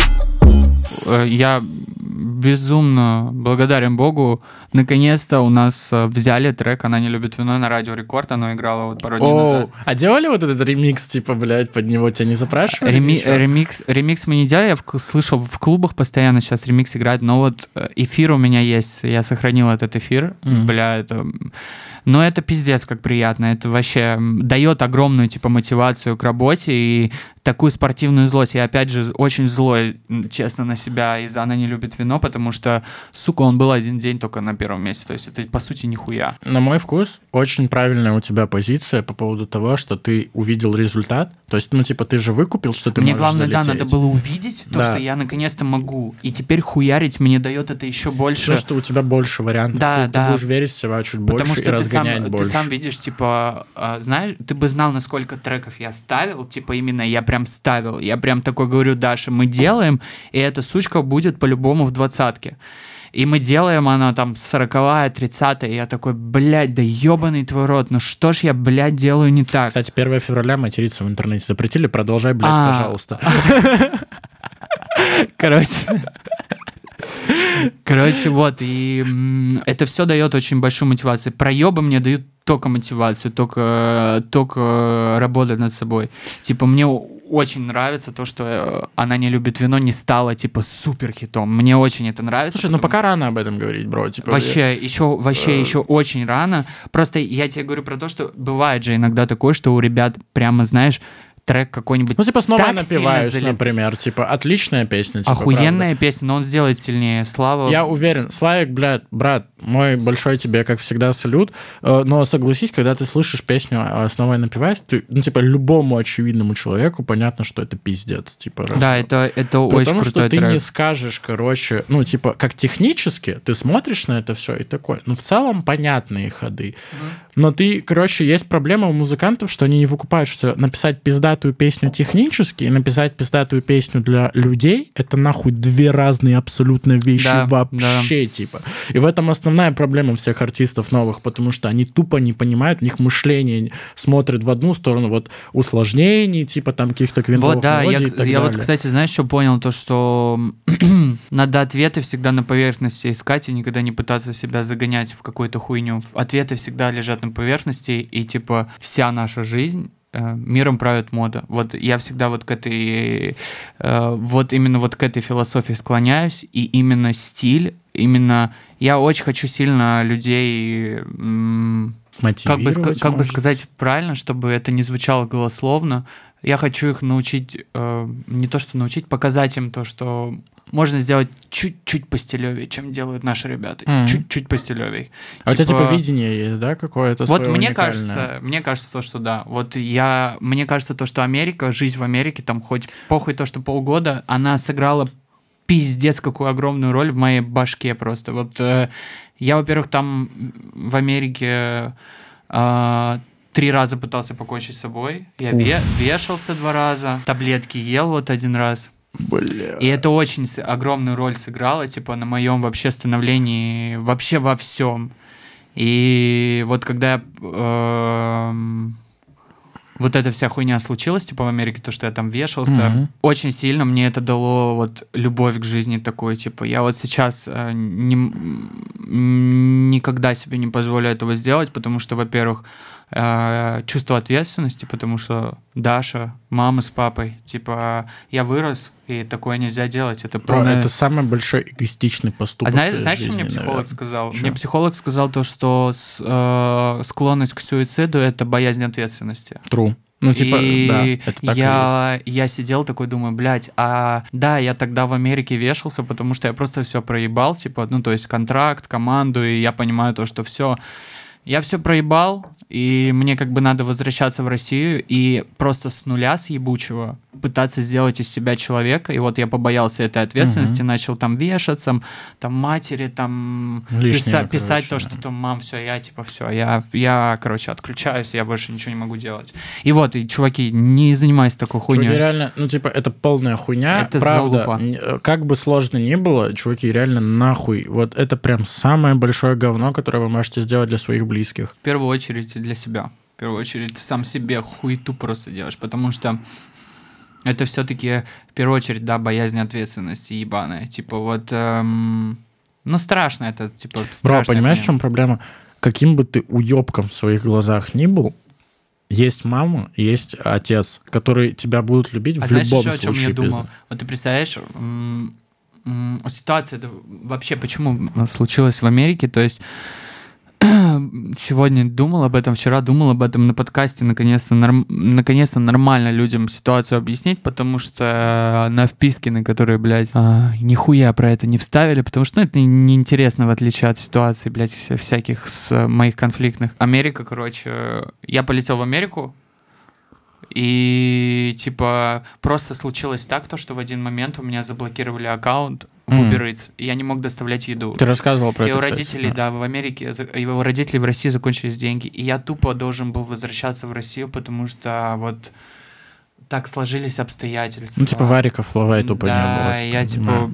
Я безумно благодарен Богу. Наконец-то у нас взяли трек «Она не любит вино» на Радио Рекорд. Оно играло вот пару дней О, назад. А делали вот этот ремикс, типа, блядь, под него тебя не запрашивали? Реми- ремикс, ремикс мы не делали, я в, слышал, в клубах постоянно сейчас ремикс играет, но вот эфир у меня есть, я сохранил этот эфир. Mm. Бля, это... Но это пиздец как приятно. Это вообще дает огромную, типа, мотивацию к работе и такую спортивную злость. Я, опять же, очень злой, честно, на себя из-за «Она не любит вино», потому что, сука, он был один день только на первом месте. То есть это, по сути, нихуя. На мой вкус, очень правильная у тебя позиция по поводу того, что ты увидел результат. То есть, ну, типа, ты же выкупил, что ты мне можешь главное, залететь. Да, надо было увидеть то, да. что я наконец-то могу. И теперь хуярить мне дает это еще больше. Потому что у тебя больше вариантов. Да, ты, да. ты будешь верить в себя чуть Потому больше что и разгонять сам, больше. Ты сам видишь, типа, э, знаешь, ты бы знал, насколько треков я ставил, типа, именно я прям ставил. Я прям такой говорю: Даша, мы делаем, и эта сучка будет по-любому в двадцатке. И мы делаем, она там сороковая, тридцатая, и я такой: блядь, да ебаный твой рот, ну что ж я, блядь, делаю не так? Кстати, первое февраля материться в интернете запретили, продолжай, блядь, а. пожалуйста. Короче... Короче, вот, и это все дает очень большую мотивацию. Проебы мне дают только мотивацию, только, только работать над собой. Типа, мне очень нравится то, что «Она не любит вино» не стала, типа, супер хитом. Мне очень это нравится. Слушай, ну пока рано об этом говорить, бро. Типа, вообще, еще, вообще еще очень рано. Просто я тебе говорю про то, что бывает же иногда такое, что у ребят прямо, знаешь, трек какой-нибудь. Ну, типа, снова напиваюсь, залип... например. Типа, отличная песня. Типа, охуенная правда. песня, но он сделает сильнее. Слава. Я уверен. Славик, блядь, брат, мой большой тебе, как всегда, салют. Но согласись, когда ты слышишь песню «Снова напиваюсь», ты, ну, типа, любому очевидному человеку понятно, что это пиздец. Типа, раз. Да, это, это очень Потому крутой что ты трек. не скажешь, короче, ну, типа, как технически, ты смотришь на это все и такой, ну, в целом понятные ходы. Mm-hmm. Но ты, короче, есть проблема у музыкантов, что они не выкупают, что написать пиздатую песню технически и написать пиздатую песню для людей — это нахуй две разные абсолютно вещи, да, вообще, да. Типа. И в этом основная проблема всех артистов новых, потому что они тупо не понимают, у них мышление смотрит в одну сторону, вот усложнений, типа там каких-то квинтовых вот, да, мелодий я, и так я далее. Вот, кстати, знаешь, что понял? То, что надо ответы всегда на поверхности искать и никогда не пытаться себя загонять в какую-то хуйню. Ответы всегда лежат на поверхности, и, типа, вся наша жизнь э, миром правит мода. Вот я всегда вот к этой, э, вот именно вот к этой философии склоняюсь, и именно стиль, именно я очень хочу сильно людей... М- как бы, как бы сказать правильно, чтобы это не звучало голословно, я хочу их научить, э, не то что научить, показать им то, что можно сделать чуть-чуть постелевее, чем делают наши ребята. Mm-hmm. Чуть-чуть постелевее. А типа... у тебя типа видение есть, да, какое-то вот свое мне уникальное? кажется, мне кажется то, что да. Вот я, мне кажется то, что Америка, жизнь в Америке, там хоть похуй то, что полгода, она сыграла пиздец какую огромную роль в моей башке просто. Вот э, я, во-первых, там в Америке э, три раза пытался покончить с собой. Я ве- вешался два раза, таблетки ел вот один раз. Бля. И это очень огромную роль сыграло, типа, на моем вообще становлении, вообще во всем. И вот когда э, вот эта вся хуйня случилась, типа, в Америке, то, что я там вешался, mm-hmm. очень сильно мне это дало вот любовь к жизни такую, типа, я вот сейчас э, не, никогда себе не позволю этого сделать, потому что, во-первых, э, чувство ответственности, потому что Даша, мама с папой, типа, я вырос, и такое нельзя делать. Это, полное... это самый большой эгоистичный поступок. А знаешь, знаешь жизни, что мне психолог наверное. сказал? Что? Мне психолог сказал то, что с, э, склонность к суициду — это боязнь ответственности. True. Ну, типа, и да, это так я, и есть. я сидел такой, думаю, блядь, а да, я тогда в Америке вешался, потому что я просто все проебал, типа, ну, то есть контракт, команду, и я понимаю то, что все... Я все проебал, и мне как бы надо возвращаться в Россию и просто с нуля, с ебучего, пытаться сделать из себя человека, и вот я побоялся этой ответственности, угу. начал там вешаться, там матери, там Лишнее, писа- писать короче, то, да. что там, мам, все, я типа все, я, я, короче, отключаюсь, я больше ничего не могу делать. И вот, и, чуваки, не занимайтесь такой хуйней. Чуваки, реально, ну, типа, это полная хуйня, это правда, залупа. Как бы сложно ни было, чуваки, реально нахуй, вот это прям самое большое говно, которое вы можете сделать для своих близких. В первую очередь для себя. В первую очередь ты сам себе хуету просто делаешь, потому что это все-таки, в первую очередь, да, боязнь ответственности ебаная. Типа вот, эм, ну, страшно это, типа, страшно. Бро, понимаешь, в чем проблема? Каким бы ты уебком в своих глазах ни был, есть мама, есть отец, которые тебя будут любить а в знаешь, любом еще, случае. о чем я думал? Вот ты представляешь, м- м- ситуация это вообще почему случилась в Америке, то есть сегодня думал об этом, вчера думал об этом на подкасте, наконец-то, норм... наконец-то нормально людям ситуацию объяснить, потому что на вписки, на которые, блядь, а, нихуя про это не вставили, потому что ну, это неинтересно, в отличие от ситуаций, блядь, всяких с моих конфликтных. Америка, короче, я полетел в Америку, и, типа, просто случилось так, то, что в один момент у меня заблокировали аккаунт в Uber Eats, и я не мог доставлять еду. Ты рассказывал про и это, у кстати, родителей, да. да, в Америке, его родителей в России закончились деньги, и я тупо должен был возвращаться в Россию, потому что вот так сложились обстоятельства. Ну, типа, вариков лава и тупо да, не было. Да, я, типа,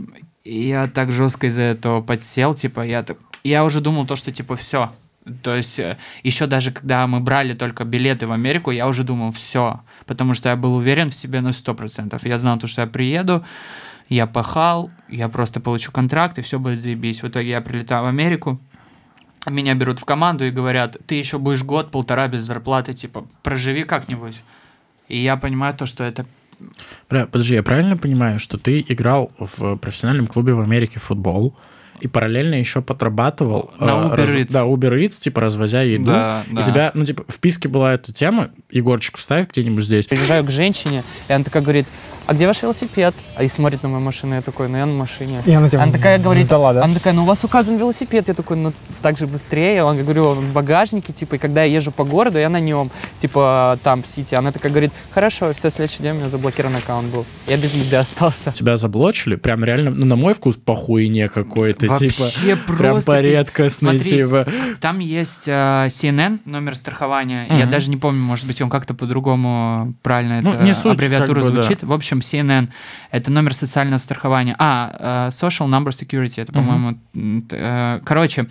я так жестко из-за этого подсел, типа, я так... Я уже думал то, что, типа, все. То есть еще даже когда мы брали только билеты в Америку, я уже думал, все, потому что я был уверен в себе на сто процентов. Я знал то, что я приеду, я пахал, я просто получу контракт, и все будет заебись. В итоге я прилетаю в Америку, меня берут в команду и говорят, ты еще будешь год-полтора без зарплаты, типа, проживи как-нибудь. И я понимаю то, что это... Бля, подожди, я правильно понимаю, что ты играл в профессиональном клубе в Америке в футбол, и параллельно еще подрабатывал на Uber раз, Eats. Да, Uber Eats, типа, развозя еду. Да, и да. тебя, ну, типа, в списке была эта тема, Егорчик, вставь где-нибудь здесь. Приезжаю к женщине, и она такая говорит, а где ваш велосипед? А и смотрит на мою машину, я такой, ну я на машине. И она тебя она такая говорит, сдала, да? Она такая, ну у вас указан велосипед. Я такой, ну так же быстрее. Я говорю, он в багажнике, типа, и когда я езжу по городу, я на нем, типа, там, в Сити. Она такая говорит, хорошо, все, следующий день у меня заблокирован аккаунт был. Я без еды остался. Тебя заблочили? Прям реально, ну, на мой вкус, по хуйне какой-то, Вообще типа, просто прям по редкостной, Смотри, типа. Там есть э, си эн эн, номер страхования. Мгм. Я даже не помню, может быть, он как-то по-другому правильно Ну, это не суть, аббревиатура как бы, да. звучит. В общем, си эн эн — это номер социального страхования. А, э, Social Number Security, это, по-моему... м, т- э, короче,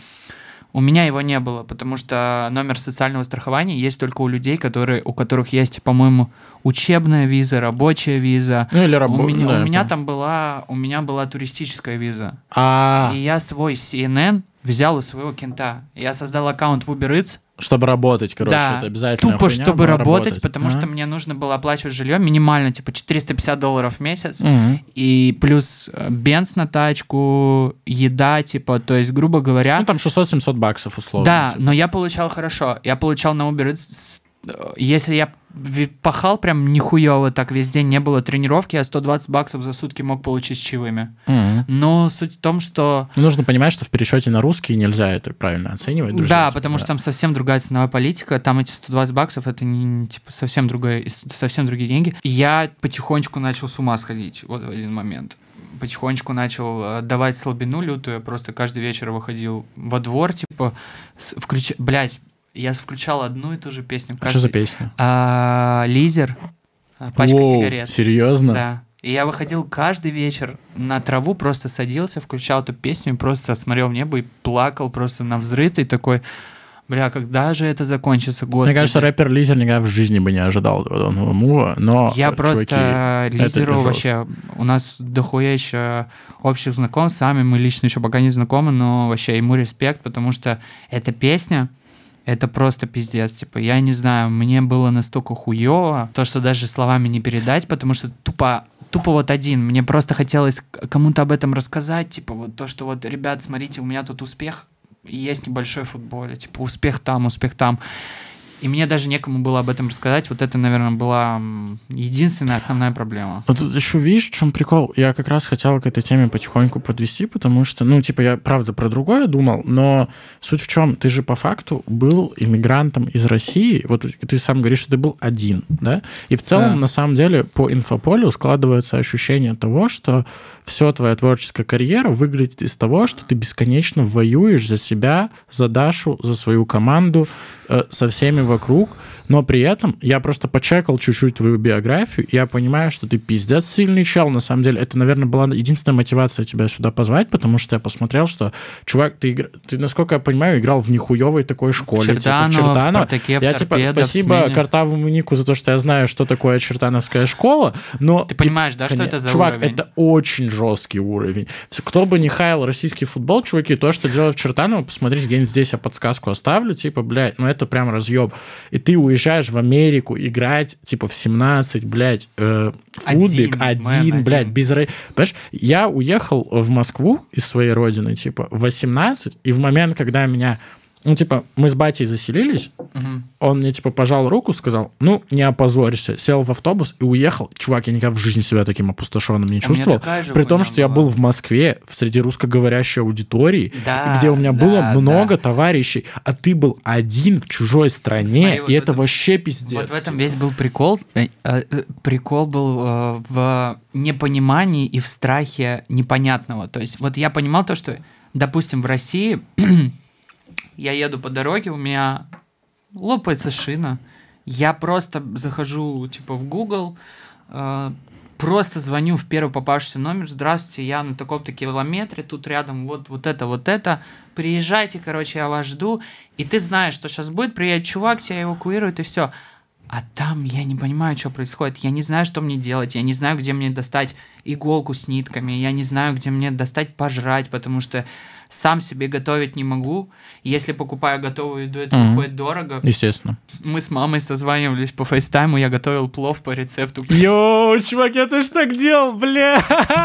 у меня его не было, потому что номер социального страхования есть только у людей, которые, у которых есть, по-моему, учебная виза, рабочая виза. Ну, или У работа. меня, да, у меня я там была, у меня была туристическая виза. А, И я свой си эн эн взял у своего кента. Я создал аккаунт в Uber Eats. чтобы работать, короче, Да, это обязательно. тупо, хуйня чтобы была работать, потому А. что мне нужно было оплачивать жилье минимально, типа четыреста пятьдесят долларов в месяц. Мгм. И плюс э, бенз на тачку, еда, типа, то есть, грубо говоря... Ну, там шестьсот-семьсот баксов, условно. Да, но я получал хорошо. Я получал на Uber Eats, с- э, если я ви- пахал прям нихуево так весь день, не было тренировки, я сто двадцать баксов за сутки мог получить с чаевыми. Мгм. Но суть в том, что... Нужно понимать, что в пересчете на русский нельзя это правильно оценивать, друзья. Да, типа, потому да. что там совсем другая ценовая политика, там эти сто двадцать баксов, это не, типа, совсем, другая, совсем другие деньги. И я потихонечку начал с ума сходить вот в один момент. Потихонечку начал э, давать слабину лютую, я просто каждый вечер выходил во двор, типа, с- включ... блядь, я включал одну и ту же песню. А что за песня? А, Лизер, а, пачка Воу, сигарет. серьезно? Да. И я выходил каждый вечер на траву, просто садился, включал эту песню и просто смотрел в небо и плакал просто на взрыв, и такой, бля, когда же это закончится, господи. Мне кажется, рэпер Лизер никогда в жизни бы не ожидал подобного мува, но, Я чуваки, просто это Лизеру жестко. вообще, у нас дохуя еще общих знакомств, сами мы лично еще пока не знакомы, но вообще ему респект, потому что эта песня, это просто пиздец, типа, я не знаю, мне было настолько хуёво, то, что даже словами не передать, потому что тупо, тупо вот один, мне просто хотелось кому-то об этом рассказать, типа, вот то, что вот, ребят, смотрите, у меня тут успех есть небольшой в футболе, типа, успех там, успех там. И мне даже некому было об этом рассказать. Вот это, наверное, была единственная основная проблема. А тут еще видишь, в чем прикол? Я как раз хотел к этой теме потихоньку подвести, потому что, ну, типа, я, правда, про другое думал, но суть в чем? Ты же по факту был иммигрантом из России. Вот ты сам говоришь, что ты был один, да? И в целом, Да. на самом деле, по инфополю складывается ощущение того, что все твоя творческая карьера выглядит из того, что ты бесконечно воюешь за себя, за Дашу, за свою команду, э, со всеми вокруг, но при этом я просто почекал чуть-чуть твою биографию, и я понимаю, что ты пиздец сильный чел, на самом деле. Это, наверное, была единственная мотивация тебя сюда позвать, потому что я посмотрел, что, чувак, ты, игр... ты насколько я понимаю, играл в нихуевой такой школе. Черданова, типа, в Черданово. в Спартаке, в Я, типа, Торпедо, в спасибо Смене. Картавому Нику за то, что я знаю, что такое чертановская школа, но... Ты понимаешь, да, что это за Чувак, уровень? это очень жесткий уровень. Кто бы не хаял российский футбол, чуваки, то, что делают в Чертаново, посмотрите, где-нибудь здесь я подсказку оставлю, типа, блядь, ну это прям разъеб. И ты уезжаешь в Америку играть, типа, в семнадцать, блядь, э, футбик, Один, один, мэн, блядь, один. без... ра- Понимаешь, я уехал в Москву из своей родины, типа, в восемнадцать, и в момент, когда меня... Ну, типа, мы с батей заселились, Мгм. он мне, типа, пожал руку, сказал, ну, не опозорься, сел в автобус и уехал. Чувак, я никогда в жизни себя таким опустошенным не У меня чувствовал. такая же При том, хуйня что я была. был в Москве, в среди русскоговорящей аудитории, Да, где у меня да, было много да. товарищей, а ты был один в чужой стране, Смотри, вот и в это этом- вообще пиздец. Вот в этом весь был прикол. Э, э, э, Прикол был э, в непонимании и в страхе непонятного. То есть вот я понимал то, что, допустим, в России я еду по дороге, у меня лопается шина, я просто захожу типа в Google, э, просто звоню в первый попавшийся номер, здравствуйте, я на таком-то километре, тут рядом вот, вот это, вот это, приезжайте, короче, я вас жду, и ты знаешь, что сейчас будет, приедет чувак, тебя эвакуирует, и все. А там я не понимаю, что происходит, я не знаю, что мне делать, я не знаю, где мне достать иголку с нитками, я не знаю, где мне достать пожрать, потому что сам себе готовить не могу. Если покупаю готовую еду, это Мгм. выходит дорого. Естественно. Мы с мамой созванивались по фейстайму, я готовил плов по рецепту. Йоу, чувак, я тоже так делал, бля.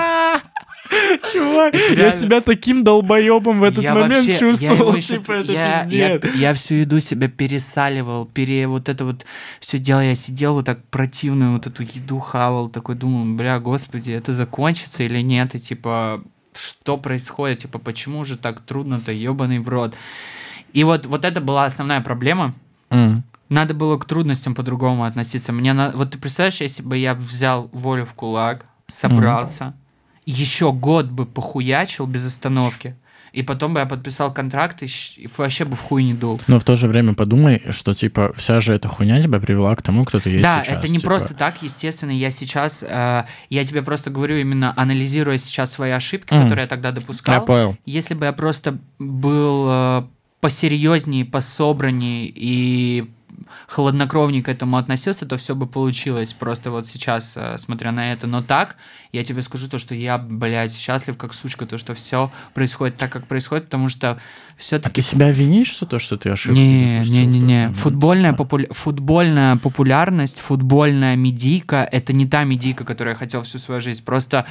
Чувак, я реально. себя таким долбоебом в этот Я момент вообще- я чувствовал, его ещё- типа, это я, я, пиздец. я всю еду себя пересаливал, пере вот это вот все дело, я сидел вот так противную вот эту еду хавал, такой думал, бля, господи, это закончится или нет, и типа, что происходит, типа, почему же так трудно-то, ебаный в рот. И вот, вот это была основная проблема. М. Надо было к трудностям по-другому относиться. Мне на... Вот ты представляешь, если бы я взял волю в кулак, собрался, еще год бы похуячил без остановки, и потом бы я подписал контракт и щ- и вообще бы в хуй не дул. Но в то же время подумай, что, типа, вся же эта хуйня тебя привела к тому, кто ты есть Да, сейчас. это не типа. просто так, естественно. Я сейчас, э, я тебе просто говорю, именно анализируя сейчас свои ошибки, Мгм. которые я тогда допускал. Я понял. Если бы я просто был э, посерьезнее, пособраннее и хладнокровнее к этому относился, то все бы получилось. Просто вот сейчас, э, смотря на это. Но так, я тебе скажу то, что я, блядь, счастлив как сучка, то, что все происходит так, как происходит, потому что А все-таки... ты себя винишь за то, что ты ошибки Не, допустил не, в не, тот не. момент? Футбольная, Типа? популя- футбольная популярность, футбольная медийка — это не та медийка, которую я хотел всю свою жизнь. Просто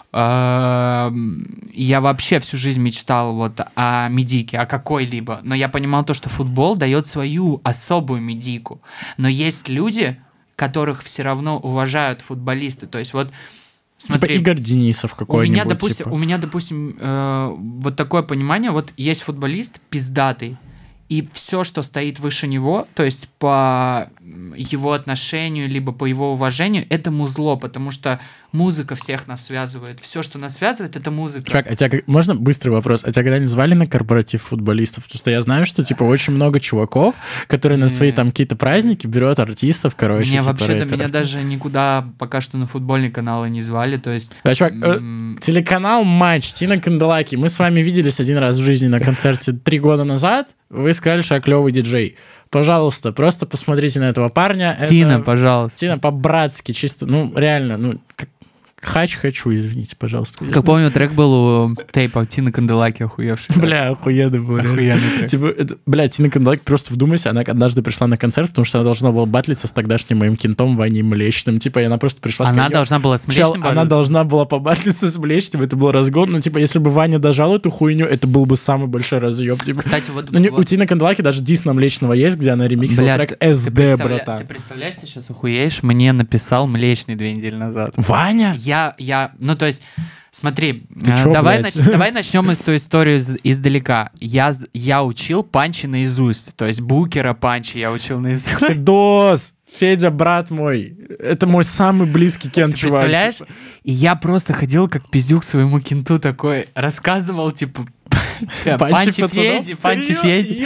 эм, я вообще всю жизнь мечтал вот о медийке, о какой-либо. Но я понимал то, что футбол дает свою особую медийку. Но есть люди, которых все равно уважают футболисты. То есть вот смотри, Типа Игорь Денисов у какой-нибудь. меня, допустим, типа. у меня, допустим, э, вот такое понимание, вот есть футболист пиздатый, и все, что стоит выше него, то есть по его отношению, либо по его уважению, это музло, потому что музыка всех нас связывает. Все, что нас связывает, это музыка. Чувак, а тебя, как- можно быстрый вопрос? А тебя когда-нибудь звали на корпоратив футболистов? Потому что я знаю, что, типа, очень много чуваков, которые на свои Не. там какие-то праздники берут артистов, короче, Меня типа, вообще, да, рэперов. меня даже никуда пока что на футбольные каналы не звали, то есть... Да, чувак, э, м, телеканал «Матч», Тина Канделаки. Мы с вами виделись один раз в жизни на концерте три года назад. Вы сказали, что я клевый диджей. Пожалуйста, просто посмотрите на этого парня. Это- Тина, пожалуйста. Тина по-братски, чисто, ну, реально, ну, как, Хач хочу, извините, пожалуйста. Как помню, трек был у тейпа Тины Канделаки охуевший. Бля, охуенный был. Охуенный трек. Типа, это, бля, Тина Канделаки, просто вдумайся, она однажды пришла на концерт, потому что она должна была батлиться с тогдашним моим кентом Ваней Млечным. Типа, и она просто пришла... Она сказать, должна была с Млечным Она должна была побатлиться с Млечным, это был разгон. Ну, типа, если бы Ваня дожал эту хуйню, это был бы самый большой разъеб. Типа. Кстати, вот... Ну, не, вот... у Тины Канделаки даже дис на Млечного есть, где она ремиксила Бля, трек ты, эс дэ, ты представля... братан. Ты представляешь, ты сейчас охуеешь? Мне написал Млечный две недели назад. Ваня? Я, я, ну, то есть... Смотри, Ты чё, давай, блядь? нач... давай начнем эту историю из... издалека. Я, я учил панчи наизусть, то есть Букера панчи я учил наизусть. Федос! Федя, брат мой, это мой самый близкий кент, Ты чувак. представляешь? Типа. И я просто ходил как пиздюк своему кенту такой, рассказывал, типа, панчи Феди, панчи Феди.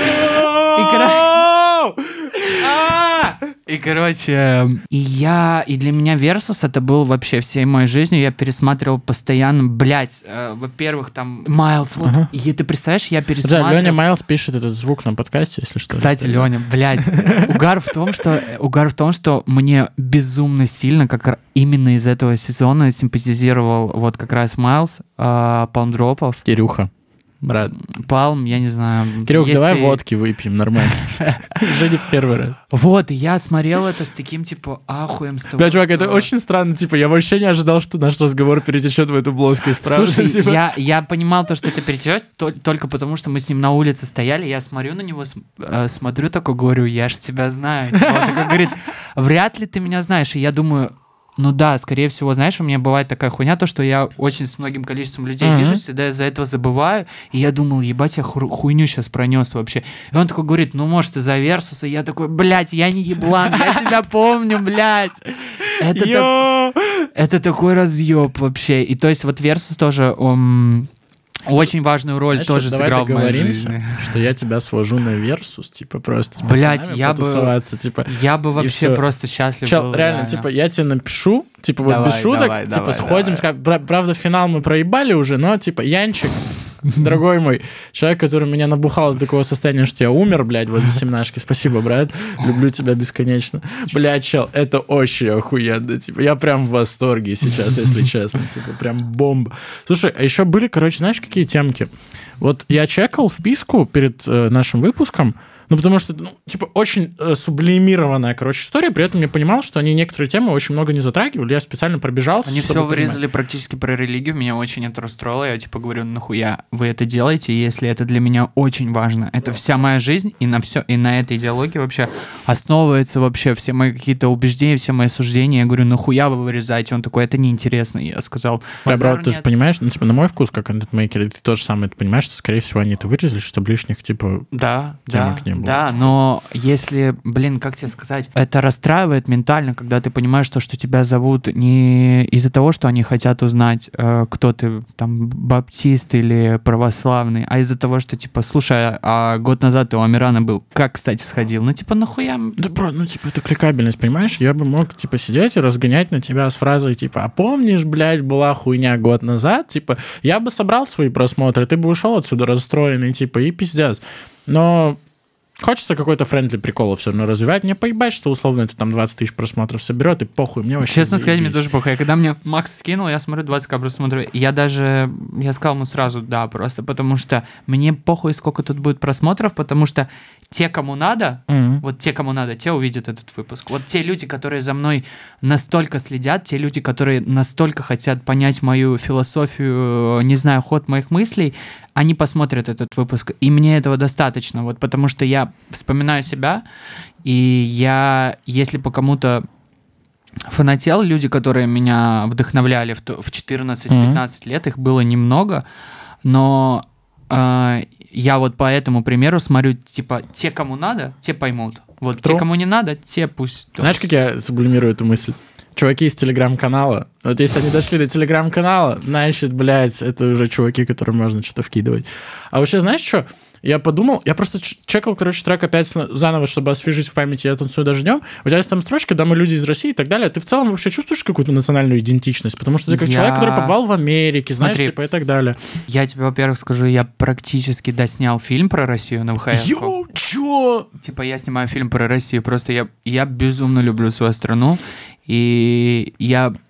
И, короче, и я, и для меня Versus это был вообще всей моей жизнью, я пересматривал постоянно, блядь, э, во-первых, там, Майлз, вот, ага. И ты представляешь, я пересматривал... Да, Леня Майлз пишет этот звук на подкасте, если что. Кстати, Леня, блядь, угар в том, что, угар в том, что мне безумно сильно, как именно из этого сезона симпатизировал вот как раз Майлз, э, Палмдропов. Кирюха. Брат. Палм, я не знаю. Кирюх, давай ты... водки выпьем, нормально. Уже не в первый раз. Вот, и я смотрел это с таким, типа, ахуем с тобой. Да, чувак, это очень странно, типа, я вообще не ожидал, что наш разговор перетечет в эту плоскость, правда? Слушай, типа... я, я понимал то, что это перетечет, то, только потому, что мы с ним на улице стояли, я смотрю на него, см, э, смотрю, такой, говорю, я ж тебя знаю. Типа, он такой говорит, вряд ли ты меня знаешь, и я думаю... Ну да, скорее всего, знаешь, у меня бывает такая хуйня, то, что я очень с многим количеством людей mm-hmm. вижу, всегда из-за этого забываю, и я думал, ебать, я ху- хуйню сейчас пронес вообще. И он такой говорит, ну, может, из-за Версус, и я такой, блядь, я не еблан, я тебя помню, блядь. Это, так... это такой разъеб вообще. И то есть вот Версус тоже... Он... Очень важную роль Знаешь, тоже что, сыграл в моей жизни. Что я тебя свожу на Версус, типа просто с Блядь, я бы, типа, я бы вообще просто счастлив Чел, был. реально, реально. типа, я тебе напишу, типа, вот давай, без шуток, давай, типа, давай, сходим, давай. скажем, правда, финал мы проебали уже, но, типа, Янчик, дорогой мой, человек, который меня набухал до такого состояния, что я умер, блядь, возле семнашки, спасибо, брат, люблю тебя бесконечно. Блядь, чел, это очень охуенно, типа, я прям в восторге сейчас, если честно, типа, прям бомба. Слушай, а еще были, короче, знаешь, какие темки? Вот я чекал вписку перед э, нашим выпуском, ну, потому что, ну, типа, очень э, сублимированная, короче, история, при этом я понимал, что они некоторые темы очень много не затрагивали, я специально пробежался, Они чтобы все вырезали понимать. практически про религию, меня очень это расстроило, я, типа, говорю, нахуя вы это делаете, если это для меня очень важно, это вся моя жизнь, и на все, и на этой идеологии вообще основывается вообще все мои какие-то убеждения, все мои суждения, я говорю, нахуя вы вырезаете, он такой, это неинтересно, я сказал. Да, брат, ты же понимаешь, ну, типа, на мой вкус, как контент-мейкер, ты тоже самое, ты понимаешь, что, скорее всего, они это вырезали, чтобы лишних, типа, да, темок да, не было. Да, но если, блин, как тебе сказать, это расстраивает ментально, когда ты понимаешь, что, что тебя зовут не из-за того, что они хотят узнать, э, кто ты, там, баптист или православный, а из-за того, что, типа, слушай, а год назад ты у Амирана был, как, кстати, сходил? Ну, типа, нахуя? Да, бро, ну, типа, это кликабельность, понимаешь? Я бы мог, типа, сидеть и разгонять на тебя с фразой, типа, а помнишь, блядь, была хуйня год назад? Типа, я бы собрал свои просмотры, ты бы ушел отсюда расстроенный, типа, и пиздец. Но... Хочется какой-то френдли прикол все равно развивать. Мне поебать, что условно это там двадцать тысяч просмотров соберет, и похуй, мне вообще... Честно сказать, мне тоже похуй. Когда мне Макс скинул, я смотрю двадцать тысяч просмотров. Я даже... Я сказал ему сразу, да, просто потому что мне похуй, сколько тут будет просмотров, потому что те, кому надо, mm-hmm. вот те, кому надо, те увидят этот выпуск. Вот те люди, которые за мной настолько следят, те люди, которые настолько хотят понять мою философию, не знаю, ход моих мыслей, они посмотрят этот выпуск, и мне этого достаточно, вот потому что я вспоминаю себя, и я, если по кому-то фанател, люди, которые меня вдохновляли в, в четырнадцать-пятнадцать mm-hmm. лет, их было немного, но э, я вот по этому примеру смотрю, типа, те, кому надо, те поймут, вот True. Те, кому не надо, те пусть... Знаешь, как я сублимирую эту мысль? Чуваки из телеграм-канала. Вот если они дошли до телеграм-канала, значит, блядь, это уже чуваки, которым можно что-то вкидывать. А вообще, знаешь что? Я подумал, я просто чекал, короче, трек опять заново, чтобы освежить в памяти «Я танцую даже днем». У тебя есть там строчка, да, мы люди из России и так далее. Ты в целом вообще чувствуешь какую-то национальную идентичность? Потому что ты как я... человек, который побывал в Америке, знаешь, Смотри, типа и так далее. Я тебе, во-первых, скажу, я практически доснял фильм про Россию на ВХС. Йоу, чё? Типа я снимаю фильм про Россию, просто я, я безумно люблю свою страну, и я...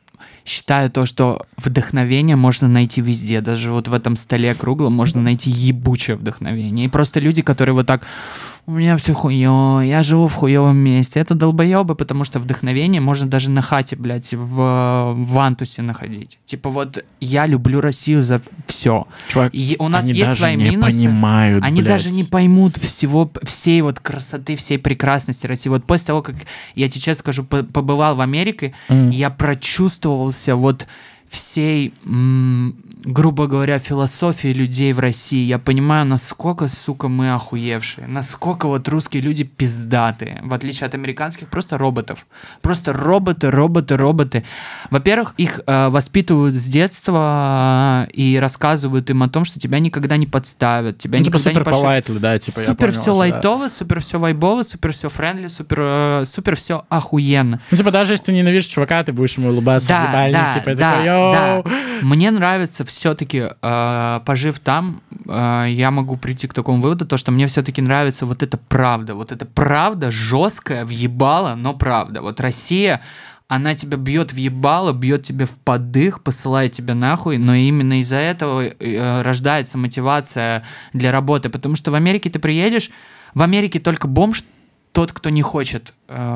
считаю то, что вдохновение можно найти везде. Даже вот в этом столе круглом можно найти ебучее вдохновение. И просто люди, которые вот так... У меня все хуёво, я живу в хуёвом месте. Это долбоёбы, потому что вдохновение можно даже на хате, блядь, в, в Антусе находить. Типа вот я люблю Россию за все. Чувак, и у нас они есть даже свои не минусы. понимают, Они блядь. даже не поймут всего, всей вот красоты, всей прекрасности России. Вот после того, как я тебе честно скажу, побывал в Америке, Mm. я прочувствовался вот всей, м, грубо говоря, философии людей в России. Я понимаю, насколько, сука, мы охуевшие. Насколько вот русские люди пиздатые. В отличие от американских, просто роботов. Просто роботы, роботы, роботы. Во-первых, их э, воспитывают с детства э, и рассказывают им о том, что тебя никогда не подставят. Тебя Ну, типа никогда супер не пошлют. полайтли, да, типа я Супер понял все уже, да. лайтово, супер все вайбово, супер все френдли, супер, э, супер все охуенно. Ну, типа, даже если ты ненавидишь чувака, ты будешь ему улыбаться в ебальник, типа, и да, такой, йоу. да. Мне нравится все-таки, э, пожив там, э, я могу прийти к такому выводу, то, что мне все-таки нравится вот эта правда. Вот эта правда жесткая, въебала, но правда. Вот Россия, она тебя бьет в ебало, бьет тебя в подых, посылает тебя нахуй, но именно из-за этого э, рождается мотивация для работы. Потому что в Америке ты приедешь, в Америке только бомж тот, кто не хочет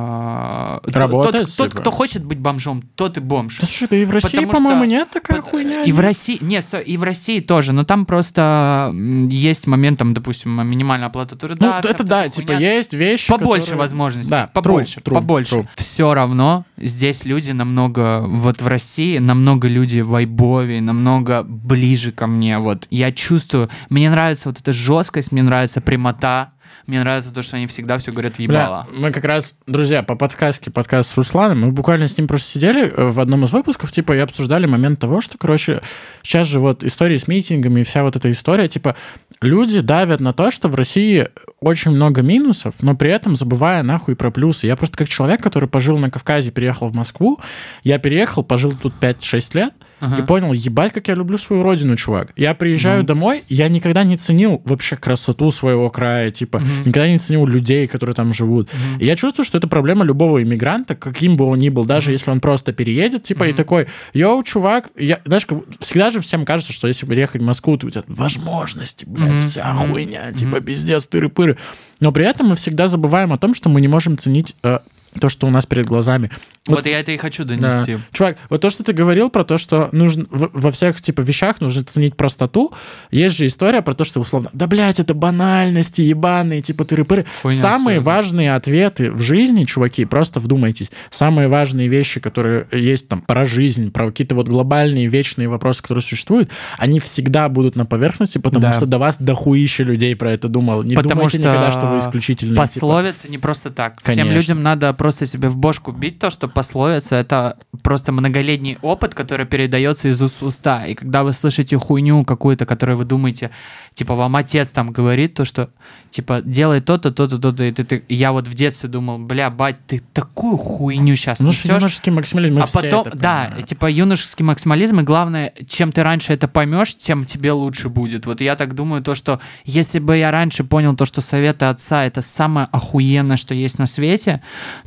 э, работать, тот, тот, типа. кто хочет быть бомжом, тот и бомж. Да слушай, да и в России, Потому по-моему, что- нет такая Под- хуйня. И в нет? России, не, сто- и в России тоже, но там просто м, есть момент, там, допустим, минимальная оплата труда. Ну, вся это вот да, эта типа, хуйня. есть вещи, Побольше которые- возможностей, Да, побольше, true, true, побольше. true. Все равно здесь люди намного, вот в России намного люди вайбовее, намного ближе ко мне. Вот я чувствую, мне нравится вот эта жесткость, мне нравится прямота, мне нравится то, что они всегда все говорят въебало. Бля, мы как раз, друзья, по подсказке подкаст с Русланом, мы буквально с ним просто сидели э, в одном из выпусков, типа, и обсуждали момент того, что, короче, сейчас же вот истории с митингами и вся вот эта история, типа, люди давят на то, что в России очень много минусов, но при этом забывая нахуй про плюсы. Я просто как человек, который пожил на Кавказе, переехал в Москву, я переехал, пожил тут пять-шесть лет, Ага. и понял, ебать, как я люблю свою родину, чувак. Я приезжаю Мгм. домой, я никогда не ценил вообще красоту своего края, типа, Мгм. никогда не ценил людей, которые там живут. Мгм. И я чувствую, что это проблема любого иммигранта, каким бы он ни был, даже если он просто переедет, типа, и Мгм. такой, йоу, чувак, я, знаешь, как- всегда же всем кажется, что если переехать в Москву, то у тебя возможности, блядь, Мгм. вся Мгм. хуйня, типа, пиздец, тыры-пыры. Но при этом мы всегда забываем о том, что мы не можем ценить э, то, что у нас перед глазами. Вот я это и хочу донести. Да. Чувак, вот то, что ты говорил про то, что нужно в- во всех типа вещах нужно ценить простоту, есть же история про то, что условно, да, блядь, это банальности ебаные, типа тыры-пыры. Хуйня Самые всё, да. важные ответы в жизни, чуваки, просто вдумайтесь, самые важные вещи, которые есть там про жизнь, про какие-то вот глобальные вечные вопросы, которые существуют, они всегда будут на поверхности, потому Да. что до вас дохуище людей про это думал. Не Потому думайте что никогда, что вы исключительные. типа. Пословица не просто так. Всем Конечно. людям надо просто себе в бошку бить то, что пословица — это просто многолетний опыт, который передается из уст в уста. И когда вы слышите хуйню какую-то, которую вы думаете, типа, вам отец там говорит то, что, типа, делай то-то, то-то, то-то, и ты, ты- и я вот в детстве думал, бля, бать, ты такую хуйню сейчас Ну, что несешь. юношеский максимализм, мы А все потом, это да, понимаем. типа юношеский максимализм, и главное, чем ты раньше это поймешь, тем тебе лучше будет. Вот я так думаю, то, что если бы я раньше понял то, что советы отца — это самое охуенное, что есть на свете,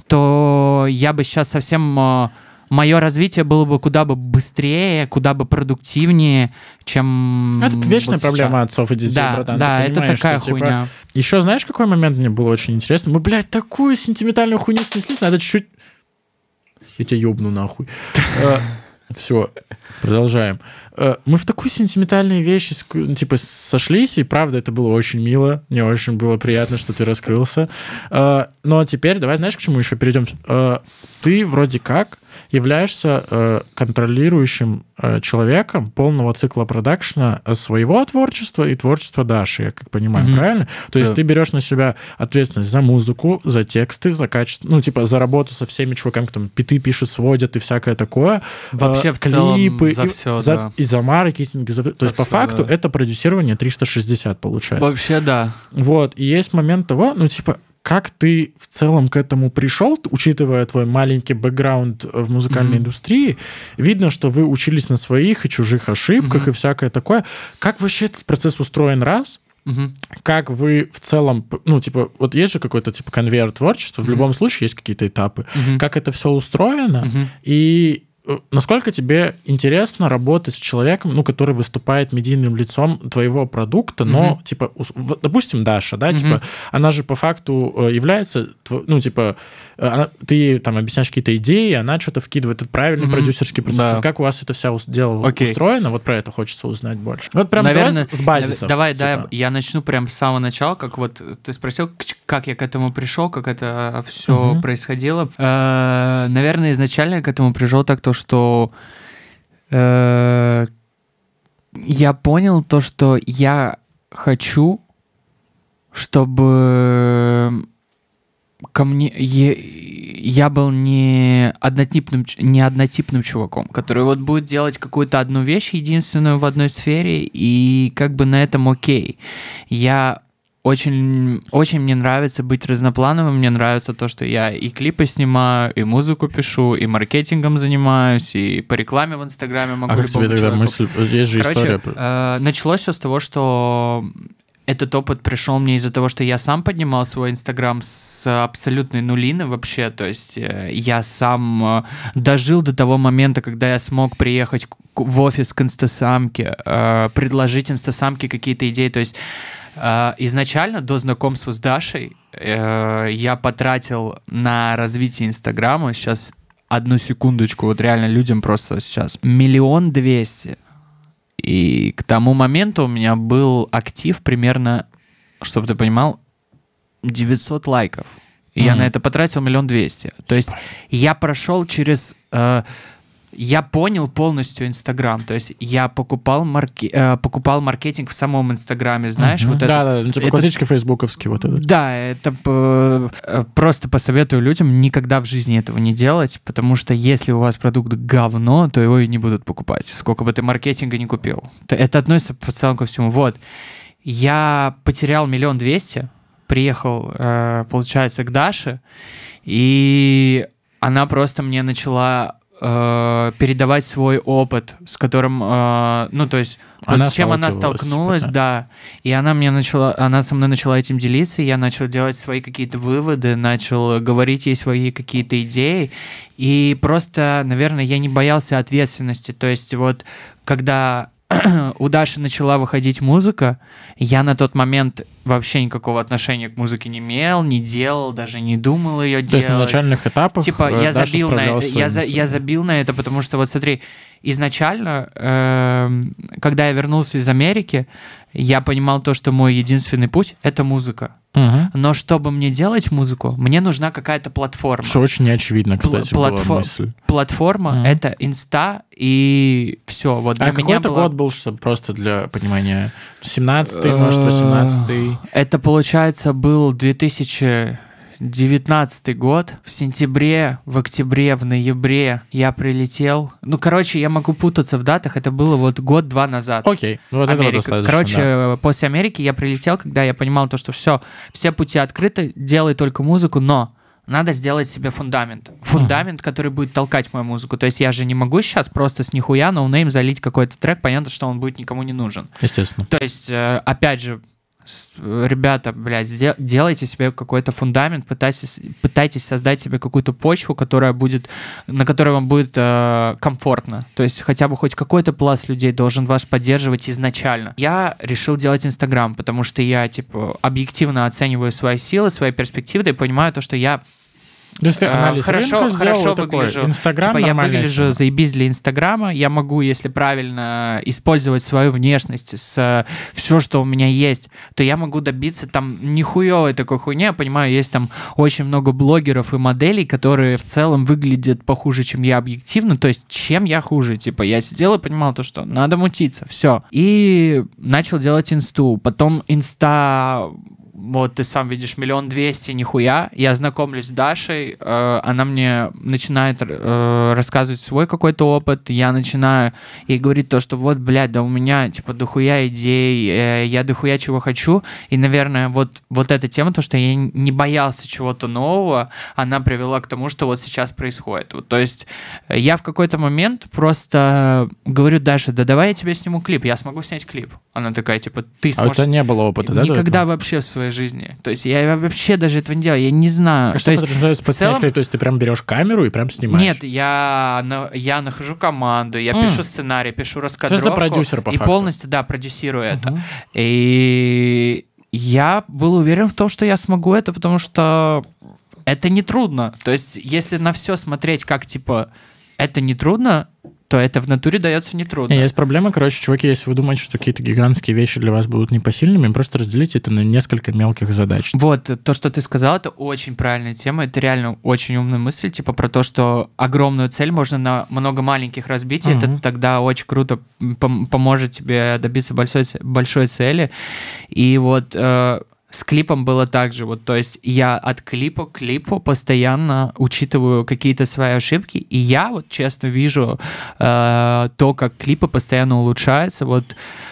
то я бы сейчас совсем... Мое развитие было бы куда бы быстрее, куда бы продуктивнее, чем Это вечная вот проблема сейчас. отцов и детей, Да, братан. да, ты это понимаешь, такая что, типа, хуйня. Еще знаешь, какой момент мне было очень интересно? Мы, блядь, такую сентиментальную хуйню снеслись, надо чуть-чуть... Я тебя ёбну нахуй. Все, продолжаем. Э, Мы в такую сентиментальные вещи ск- ну, типа сошлись, и правда это было очень мило. Мне очень было приятно, что ты раскрылся. Э, Но теперь давай, знаешь, к чему еще перейдем? Э, Ты вроде как являешься э, контролирующим э, человеком полного цикла продакшна э, своего творчества и творчества Даши, я как понимаю, Мгм. правильно? То есть Да. ты берешь на себя ответственность за музыку, за тексты, за качество, ну, типа, за работу со всеми чуваками, кто там биты пишут, сводят и всякое такое. Вообще, Э, в целом, клипы, за и, всё, за, да. и за маркетинг, и за... то есть, по всё, факту, да. это продюсирование триста шестьдесят получается. Вообще, да. Вот, и есть момент того, ну, типа, как ты в целом к этому пришел, учитывая твой маленький бэкграунд в музыкальной Мгм. индустрии, видно, что вы учились на своих и чужих ошибках Мгм. и всякое такое. Как вообще этот процесс устроен, раз? Мгм. Как вы в целом, ну, типа, вот есть же какой-то, типа, конвейер творчества, в Мгм. любом случае есть какие-то этапы. Мгм. Как это все устроено, Мгм. и насколько тебе интересно работать с человеком, ну, который выступает медийным лицом твоего продукта, но, угу. типа, допустим, Даша, да, угу. типа, она же по факту является, ну, типа, она, ты там объясняешь какие-то идеи, она что-то вкидывает, это правильный угу. продюсерский процесс. Да. Как у вас это вся дело Окей. устроено? Вот про это хочется узнать больше. Вот прям Наверное, давай с базисов. Давай, типа. да, я начну прям с самого начала, как вот ты спросил, как я к этому пришел, как это все угу. происходило. Э-э- наверное, изначально я к этому пришел так, то, что э- я понял то, что я хочу, чтобы ко мне я, я был не однотипным, не однотипным чуваком, который вот будет делать какую-то одну вещь единственную в одной сфере, и как бы на этом окей. Я Очень, очень мне нравится быть разноплановым, мне нравится то, что я и клипы снимаю, и музыку пишу, и маркетингом занимаюсь, и по рекламе в Инстаграме могу. А как тебе тогда человеку... мысль? Здесь же Короче, история. Э, началось все с того, что этот опыт пришел мне из-за того, что я сам поднимал свой Инстаграм с абсолютной нулины вообще, то есть э, я сам э, дожил до того момента, когда я смог приехать в офис к инстасамке, э, предложить инстасамке какие-то идеи, то есть Uh, изначально до знакомства с Дашей uh, я потратил на развитие Инстаграма, сейчас одну секундочку, вот реально людям просто сейчас, миллион двести. И к тому моменту у меня был актив примерно, чтобы ты понимал, девятьсот лайков. И mm-hmm. я на это потратил миллион двести. То есть я прошел через... Uh, Я понял полностью Инстаграм, то есть я покупал, марки... э, покупал маркетинг в самом Инстаграме, знаешь, uh-huh. вот да, это... Да, типа это... классический фейсбуковский вот этот. Да, это э, просто посоветую людям никогда в жизни этого не делать, потому что если у вас продукт говно, то его и не будут покупать, сколько бы ты маркетинга не купил. Это относится по целому ко всему. Вот. Я потерял миллион двести, приехал, э, получается, к Даше, и она просто мне начала... передавать свой опыт, с которым, э, ну, то есть, вот с чем она столкнулась, да. да, и она мне начала, она со мной начала этим делиться, и я начал делать свои какие-то выводы, начал говорить ей свои какие-то идеи, и просто, наверное, я не боялся ответственности, то есть, вот, когда у Даши начала выходить музыка, я на тот момент вообще никакого отношения к музыке не имел, не делал, даже не думал ее делать. То есть на начальных этапах типа, я забил, на, я, за, я забил на это, потому что вот смотри, изначально, э, когда я вернулся из Америки, я понимал то, что мой единственный путь — это музыка. Угу. Но чтобы мне делать музыку, мне нужна какая-то платформа. Что очень неочевидно, кстати, Платфо- была мысль. Платформа угу. — это Инста, и все. Вот для а меня какой-то была... год был, чтобы просто для понимания? семнадцатый, может, восемнадцатый? Это, получается, был две тысячи девятнадцатый год. В сентябре, в октябре, в ноябре я прилетел. Ну, короче, я могу путаться в датах. Это было вот год-два назад. Окей, вот Америка. этого достаточно. Короче, да. после Америки я прилетел, когда я понимал то, что все, все пути открыты, делай только музыку, но надо сделать себе фундамент. Фундамент, uh-huh. который будет толкать мою музыку. То есть я же не могу сейчас просто с нихуя ноунейм залить какой-то трек, понятно, что он будет никому не нужен. Естественно. То есть, опять же, ребята, блядь, делайте себе какой-то фундамент, пытайтесь, пытайтесь создать себе какую-то почву, которая будет, на которой вам будет э, комфортно. То есть хотя бы хоть какой-то пласт людей должен вас поддерживать изначально. Я решил делать Инстаграм, потому что я, типа, объективно оцениваю свои силы, свои перспективы, и понимаю то, что я То есть ты анализ хорошо, рынка хорошо такой, выгляжу. Инстаграм типа, я выгляжу тема. заебись для Инстаграма, я могу, если правильно использовать свою внешность, с все, что у меня есть, то я могу добиться там нихуевой такой хуйни. Я понимаю, есть там очень много блогеров и моделей, которые в целом выглядят похуже, чем я объективно. То есть чем я хуже? Типа я сидел и понимал то, что надо мутиться, все. И начал делать инсту. Потом инста... Вот ты сам видишь, миллион двести, нихуя. Я знакомлюсь с Дашей, э, она мне начинает э, рассказывать свой какой-то опыт, я начинаю ей говорить то, что вот, блядь, да у меня, типа, дохуя идей, э, я дохуя чего хочу, и, наверное, вот, вот эта тема, то, что я не боялся чего-то нового, она привела к тому, что вот сейчас происходит. Вот, то есть я в какой-то момент просто говорю: Даша, да давай я тебе сниму клип, я смогу снять клип. Она такая, типа, ты сможешь... А у тебя не было опыта, да? Никогда вообще в своей жизни. То есть я вообще даже этого не делаю, я не знаю. А что подразумевается под целом... То есть ты прям берешь камеру и прям снимаешь? Нет, я, я нахожу команду, я mm. пишу сценарий, пишу раскадровку. То есть это продюсер, по и факту. полностью, да, продюсирую uh-huh. это. И я был уверен в том, что я смогу это, потому что это не трудно. То есть если на все смотреть как, типа, это не трудно, то это в натуре дается нетрудно. Есть проблема, короче, чуваки, если вы думаете, что какие-то гигантские вещи для вас будут непосильными, просто разделите это на несколько мелких задач. Вот, то, что ты сказал, это очень правильная тема, это реально очень умная мысль, типа про то, что огромную цель можно на много маленьких разбить, uh-huh. и это тогда очень круто пом- поможет тебе добиться большой, большой цели. И вот... Э- С клипом было так же, вот, то есть я от клипа к клипу постоянно учитываю какие-то свои ошибки, и я вот честно вижу э, то, как клипы постоянно улучшаются, вот,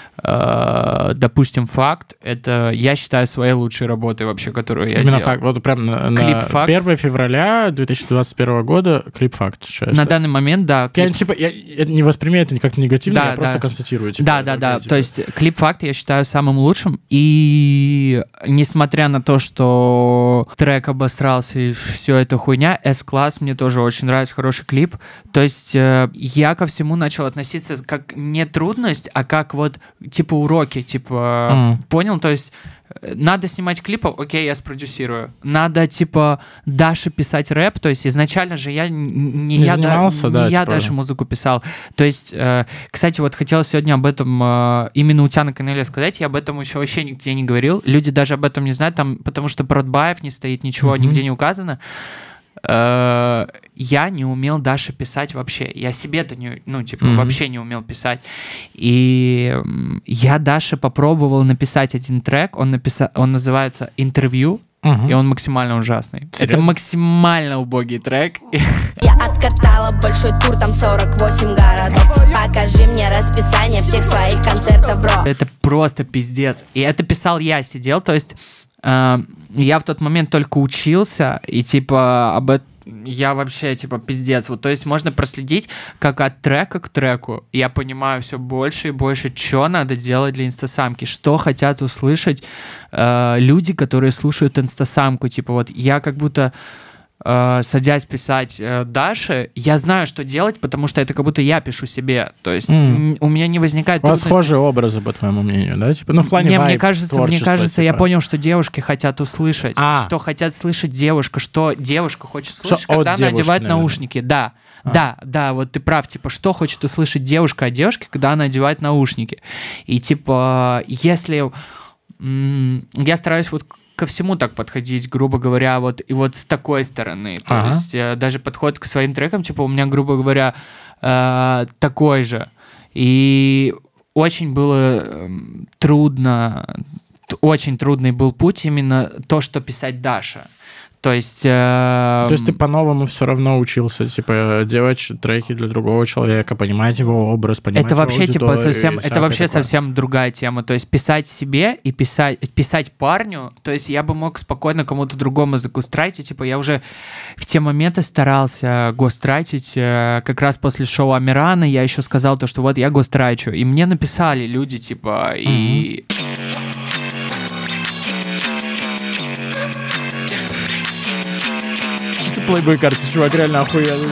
э, допустим, «Факт» — это, я считаю, своей лучшей работой вообще, которую я Именно делал. «Факт», вот прям на, на первое февраля две тысячи двадцать первого года клип «Факт» сейчас. На да? данный момент, да. Клип... Я, типа, я, я не воспринимаю это как негативно, да, я просто да. констатирую. Типа, да, да, да, типа... то есть клип «Факт» я считаю самым лучшим, и несмотря на то, что трек обосрался и все это хуйня, S-класс мне тоже очень нравится, хороший клип, то есть э, я ко всему начал относиться как не трудность, а как вот типа уроки, типа, mm. понял, то есть надо снимать клипы, окей, я спродюсирую. Надо, типа, Даше писать рэп, то есть изначально же я не, не я, занимался, да, да, не я типа... Даше музыку писал. То есть, э, кстати, вот хотел сегодня об этом э, именно у тебя на канале сказать, я об этом еще вообще нигде не говорил. Люди даже об этом не знают, там, потому что про Ротбаев не стоит, ничего mm-hmm. нигде не указано. Э, я не умел Даше писать вообще. Я себе-то не, ну, типа, mm-hmm. вообще не умел писать. И я Даше попробовал написать один трек, он, написал, он называется «Интервью», uh-huh. и он максимально ужасный. Серьезно? Это максимально убогий трек. Я откатала большой тур, там сорок восемь городов. Покажи мне расписание всех своих концертов, бро. Это просто пиздец. И это писал я, сидел, то есть э, я в тот момент только учился, и типа об этом я вообще, типа, пиздец. Вот, то есть можно проследить, как от трека к треку я понимаю все больше и больше, что надо делать для инстасамки, что хотят услышать э, люди, которые слушают инстасамку. Типа, вот я как будто... Uh, садясь писать uh, Даше, я знаю, что делать, потому что это как будто я пишу себе. То есть mm. у меня не возникает... У вас схожие образы, по твоему мнению, да? Типа, ну, в плане не, вайб, мне кажется, мне кажется, типа. Я понял, что девушки хотят услышать, а. что хотят слышать девушка, что девушка хочет слышать, что когда она девушки, одевает наверное. наушники. Да, а. да, да, вот ты прав. Типа, что хочет услышать девушка от девушки, когда она одевает наушники. И, типа, если... М- я стараюсь вот ко всему так подходить, грубо говоря, вот и вот с такой стороны. То ага. есть э, даже подход к своим трекам, типа, у меня, грубо говоря, э, такой же. И очень было э, трудно, очень трудный был путь именно то, что писать Даша. То есть... Э... То есть ты по-новому все равно учился, типа, делать треки для другого человека, понимать его образ, понимать это его вообще, типа, совсем, это вообще такое. совсем другая тема. То есть писать себе и писать, писать парню, то есть я бы мог спокойно кому-то другому загустрайтить, типа, я уже в те моменты старался гострайтить, как раз после шоу Амирана я еще сказал то, что вот я гострайчу, и мне написали люди, типа, и... Плейбой карты, чувак, реально охуенно.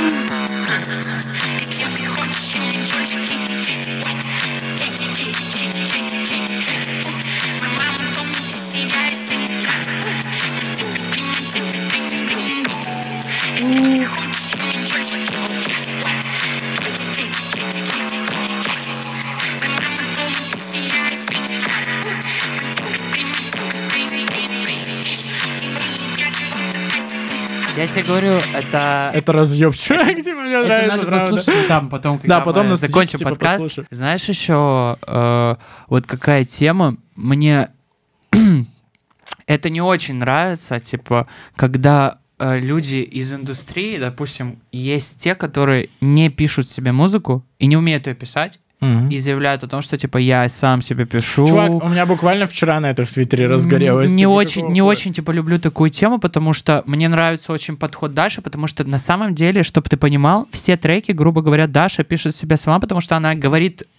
Я тебе говорю, это... Это разъеб, чувак, типа, мне это нравится, надо правда. послушать там, потом, когда да, потом мы на закончим типа, подкаст. послушаю. Знаешь еще, э, вот какая тема мне... это не очень нравится, типа, когда э, люди из индустрии, допустим, есть те, которые не пишут себе музыку и не умеют ее писать, Mm-hmm. и заявляют о том, что, типа, я сам себе пишу. Чувак, у меня буквально вчера на это в Твиттере разгорелось. Не типа, очень, не очень, типа, люблю такую тему, потому что мне нравится очень подход Даши, потому что на самом деле, чтобы ты понимал, все треки, грубо говоря, Даша пишет себя сама, потому что она говорит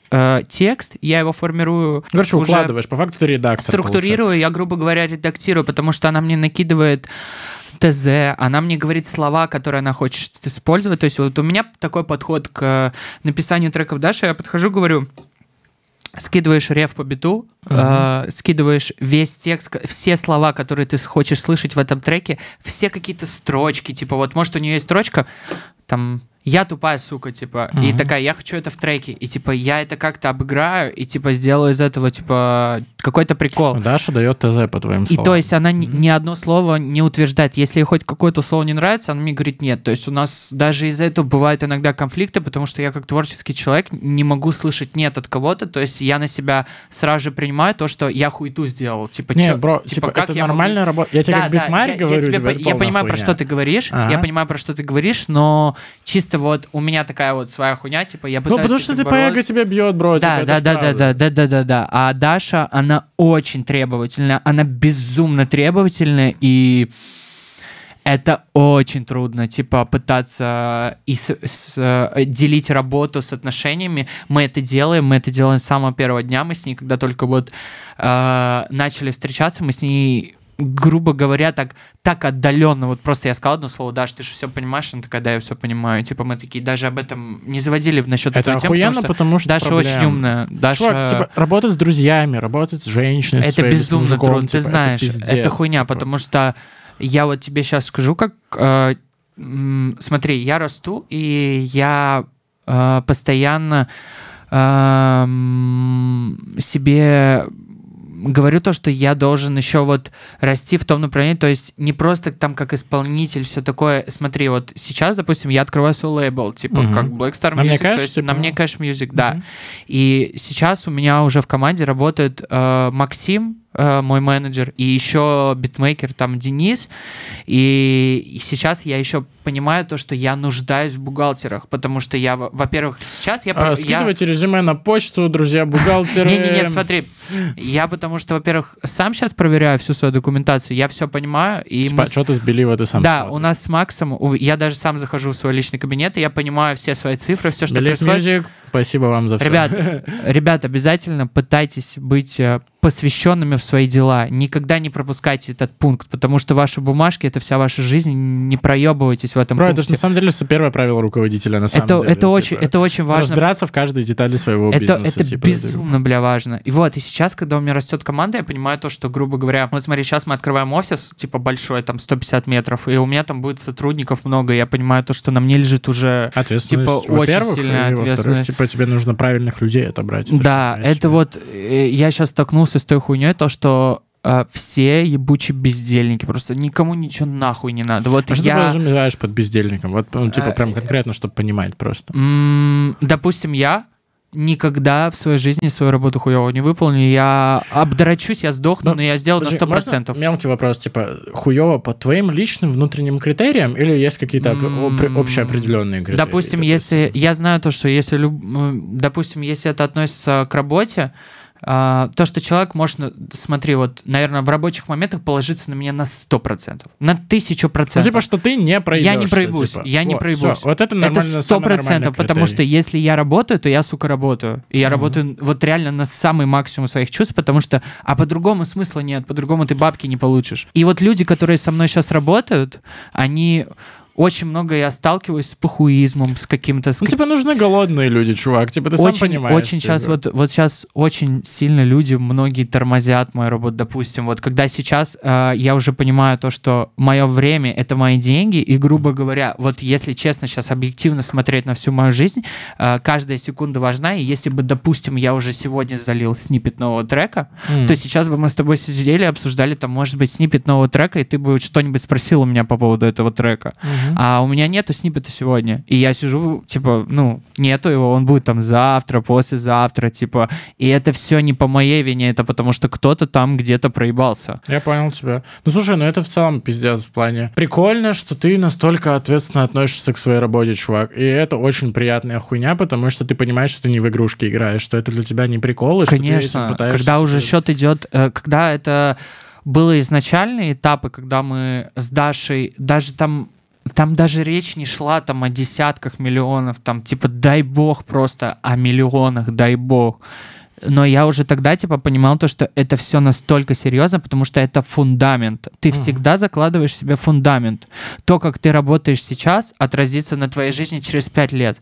э, текст, я его формирую. Короче, уже укладываешь, по факту ты редактор. структурирую, получается. я, грубо говоря, редактирую, потому что она мне накидывает ТЗ, она мне говорит слова, которые она хочет использовать. То есть вот у меня такой подход к написанию треков Даши. Я подхожу, говорю, скидываешь реф по биту, uh-huh. э, скидываешь весь текст, все слова, которые ты хочешь слышать в этом треке, все какие-то строчки, типа вот, может, у нее есть строчка, там... Я тупая сука, типа, uh-huh. и такая, я хочу это в треке, и, типа, я это как-то обыграю, и, типа, сделаю из этого, типа, какой-то прикол. Даша дает ТЗ по твоим и словам. И то есть она uh-huh. ни одно слово не утверждает. Если ей хоть какое-то слово не нравится, она мне говорит нет. То есть у нас даже из-за этого бывают иногда конфликты, потому что я как творческий человек не могу слышать нет от кого-то, то есть я на себя сразу же принимаю то, что я хуету сделал. Типа, не, чё, бро, типа, типа как это я нормальная могу... работа. Я тебе да, как да, битмарь я, говорю, я, тебе, тебе я понимаю, хуйня. про что ты говоришь, ага. я понимаю, про что ты говоришь, но чисто вот у меня такая вот своя хуйня, типа я пытаюсь... Ну, потому что ты по эго тебя бьет, бро, да, типа, да, это да, да, да, да, да, да, да. А Даша, она очень требовательная, она безумно требовательная, и это очень трудно, типа, пытаться и с, с, делить работу с отношениями. Мы это делаем, мы это делаем с самого первого дня, мы с ней, когда только вот э, начали встречаться, мы с ней... грубо говоря, так, так отдаленно. Вот просто я сказал одно слово, Даш, ты же все понимаешь? Она такая, да, я все понимаю. Типа мы такие даже об этом не заводили насчет это этого темы, охуенно, потому что, Даша проблем. очень умная. Даша... Чувак, типа, работать с друзьями, работать с женщиной, это своей, безумно с мужиком, трудно, типа, ты знаешь. Это, пиздец, это хуйня, типа. потому что я вот тебе сейчас скажу, как... Э, м, смотри, я расту, и я э, постоянно э, себе... говорю то, что я должен еще вот расти в том направлении, то есть не просто там как исполнитель, все такое. Смотри, вот сейчас, допустим, я открываю свой лейбл, типа uh-huh. как Black Star Music, на мне то Cash, есть типа? на мне Cash Music, uh-huh. да. И сейчас у меня уже в команде работает э, Максим, э, мой менеджер, и еще битмейкер, там, Денис. И, и сейчас я еще понимаю то, что я нуждаюсь в бухгалтерах, потому что я, во-первых, сейчас я... А, я... скидывайте резюме на почту, друзья, бухгалтеры. Нет, нет, смотри, я потому что, во-первых, сам сейчас проверяю всю свою документацию, я все понимаю. И типа, мы... что ты с Белива, ты сам Да, смотришь. у нас с Максом, я даже сам захожу в свой личный кабинет, и я понимаю все свои цифры, все, что Believe происходит. Music, спасибо вам за все. Ребят, ребят, обязательно пытайтесь быть посвященными в свои дела. Никогда не пропускайте этот пункт, потому что ваши бумажки — это вся ваша жизнь. Не проебывайтесь в этом Бро, пункте. это же на самом деле первое правило руководителя, на самом это, деле. это, типа, очень, это очень важно. Разбираться в каждой детали своего это, бизнеса. Это типа, безумно, бля, важно. И вот, и сейчас, когда у меня растет команда, я понимаю то, что, грубо говоря, вот смотри, сейчас мы открываем офис, типа, большой, там, сто пятьдесят метров, и у меня там будет сотрудников много, и я понимаю то, что на мне лежит уже, ответственность, типа, очень во-первых, сильная и, во-вторых, ответственность. типа, тебе нужно правильных людей отобрать. Да, это вот, я сейчас столкнулся с той хуйней, то, что Uh, все ебучие бездельники, просто никому ничего нахуй не надо. Вот а что я... ты подразумеваешь под бездельником? Вот, ну, типа, Uh, прям конкретно, чтобы понимать просто. Mm, допустим, я никогда в своей жизни свою работу хуёво не выполню, я обдрачусь, я сдохну, но, но я сделал подожди, на сто процентов. Мелкий вопрос, типа, хуёво по твоим личным внутренним критериям или есть какие-то mm, общеопределенные критерии? Допустим, допустим, если... Я знаю то, что если... Допустим, если это относится к работе, Uh, то, что человек может, смотри, вот, наверное, в рабочих моментах положиться на меня на сто процентов, на тысячу процентов. Ну, типа, что ты не проебешься. Я не проебусь, типа. я не вот, проебусь. Все, вот это нормально, это сто процентов, потому что если я работаю, то я, сука, работаю. И я mm-hmm. работаю вот реально на самый максимум своих чувств, потому что, а по-другому смысла нет, по-другому ты бабки не получишь. И вот люди, которые со мной сейчас работают, они... Очень много я сталкиваюсь с похуизмом, с каким-то... С... Ну, типа, нужны голодные люди, чувак, типа, ты очень, сам понимаешь. Очень типа. сейчас, вот, вот сейчас очень сильно люди, многие тормозят мою работу, допустим. Вот когда сейчас э, я уже понимаю то, что мое время — это мои деньги, и, грубо говоря, вот если честно сейчас объективно смотреть на всю мою жизнь, э, каждая секунда важна, и если бы, допустим, я уже сегодня залил сниппет нового трека, mm. то сейчас бы мы с тобой сидели и обсуждали, там, может быть, сниппет нового трека, и ты бы что-нибудь спросил у меня по поводу этого трека. Mm-hmm. А у меня нету сниппета сегодня. И я сижу, типа, ну, нету его, он будет там завтра, послезавтра, типа. И это все не по моей вине, это потому что кто-то там где-то проебался. Я понял тебя. Ну, слушай, ну это в целом пиздец в плане. Прикольно, что ты настолько ответственно относишься к своей работе, чувак. И это очень приятная хуйня, потому что ты понимаешь, что ты не в игрушки играешь, что это для тебя не прикол, и конечно, что ты этим пытаешься... когда уже счет идет, когда это были изначальные этапы, когда мы с Дашей, даже там там даже речь не шла там о десятках миллионов, там типа дай бог просто о миллионах, дай бог. Но я уже тогда, типа, понимал то, что это все настолько серьезно, потому что это фундамент. Ты uh-huh. всегда закладываешь себе фундамент. То, как ты работаешь сейчас, отразится на твоей жизни через пять лет.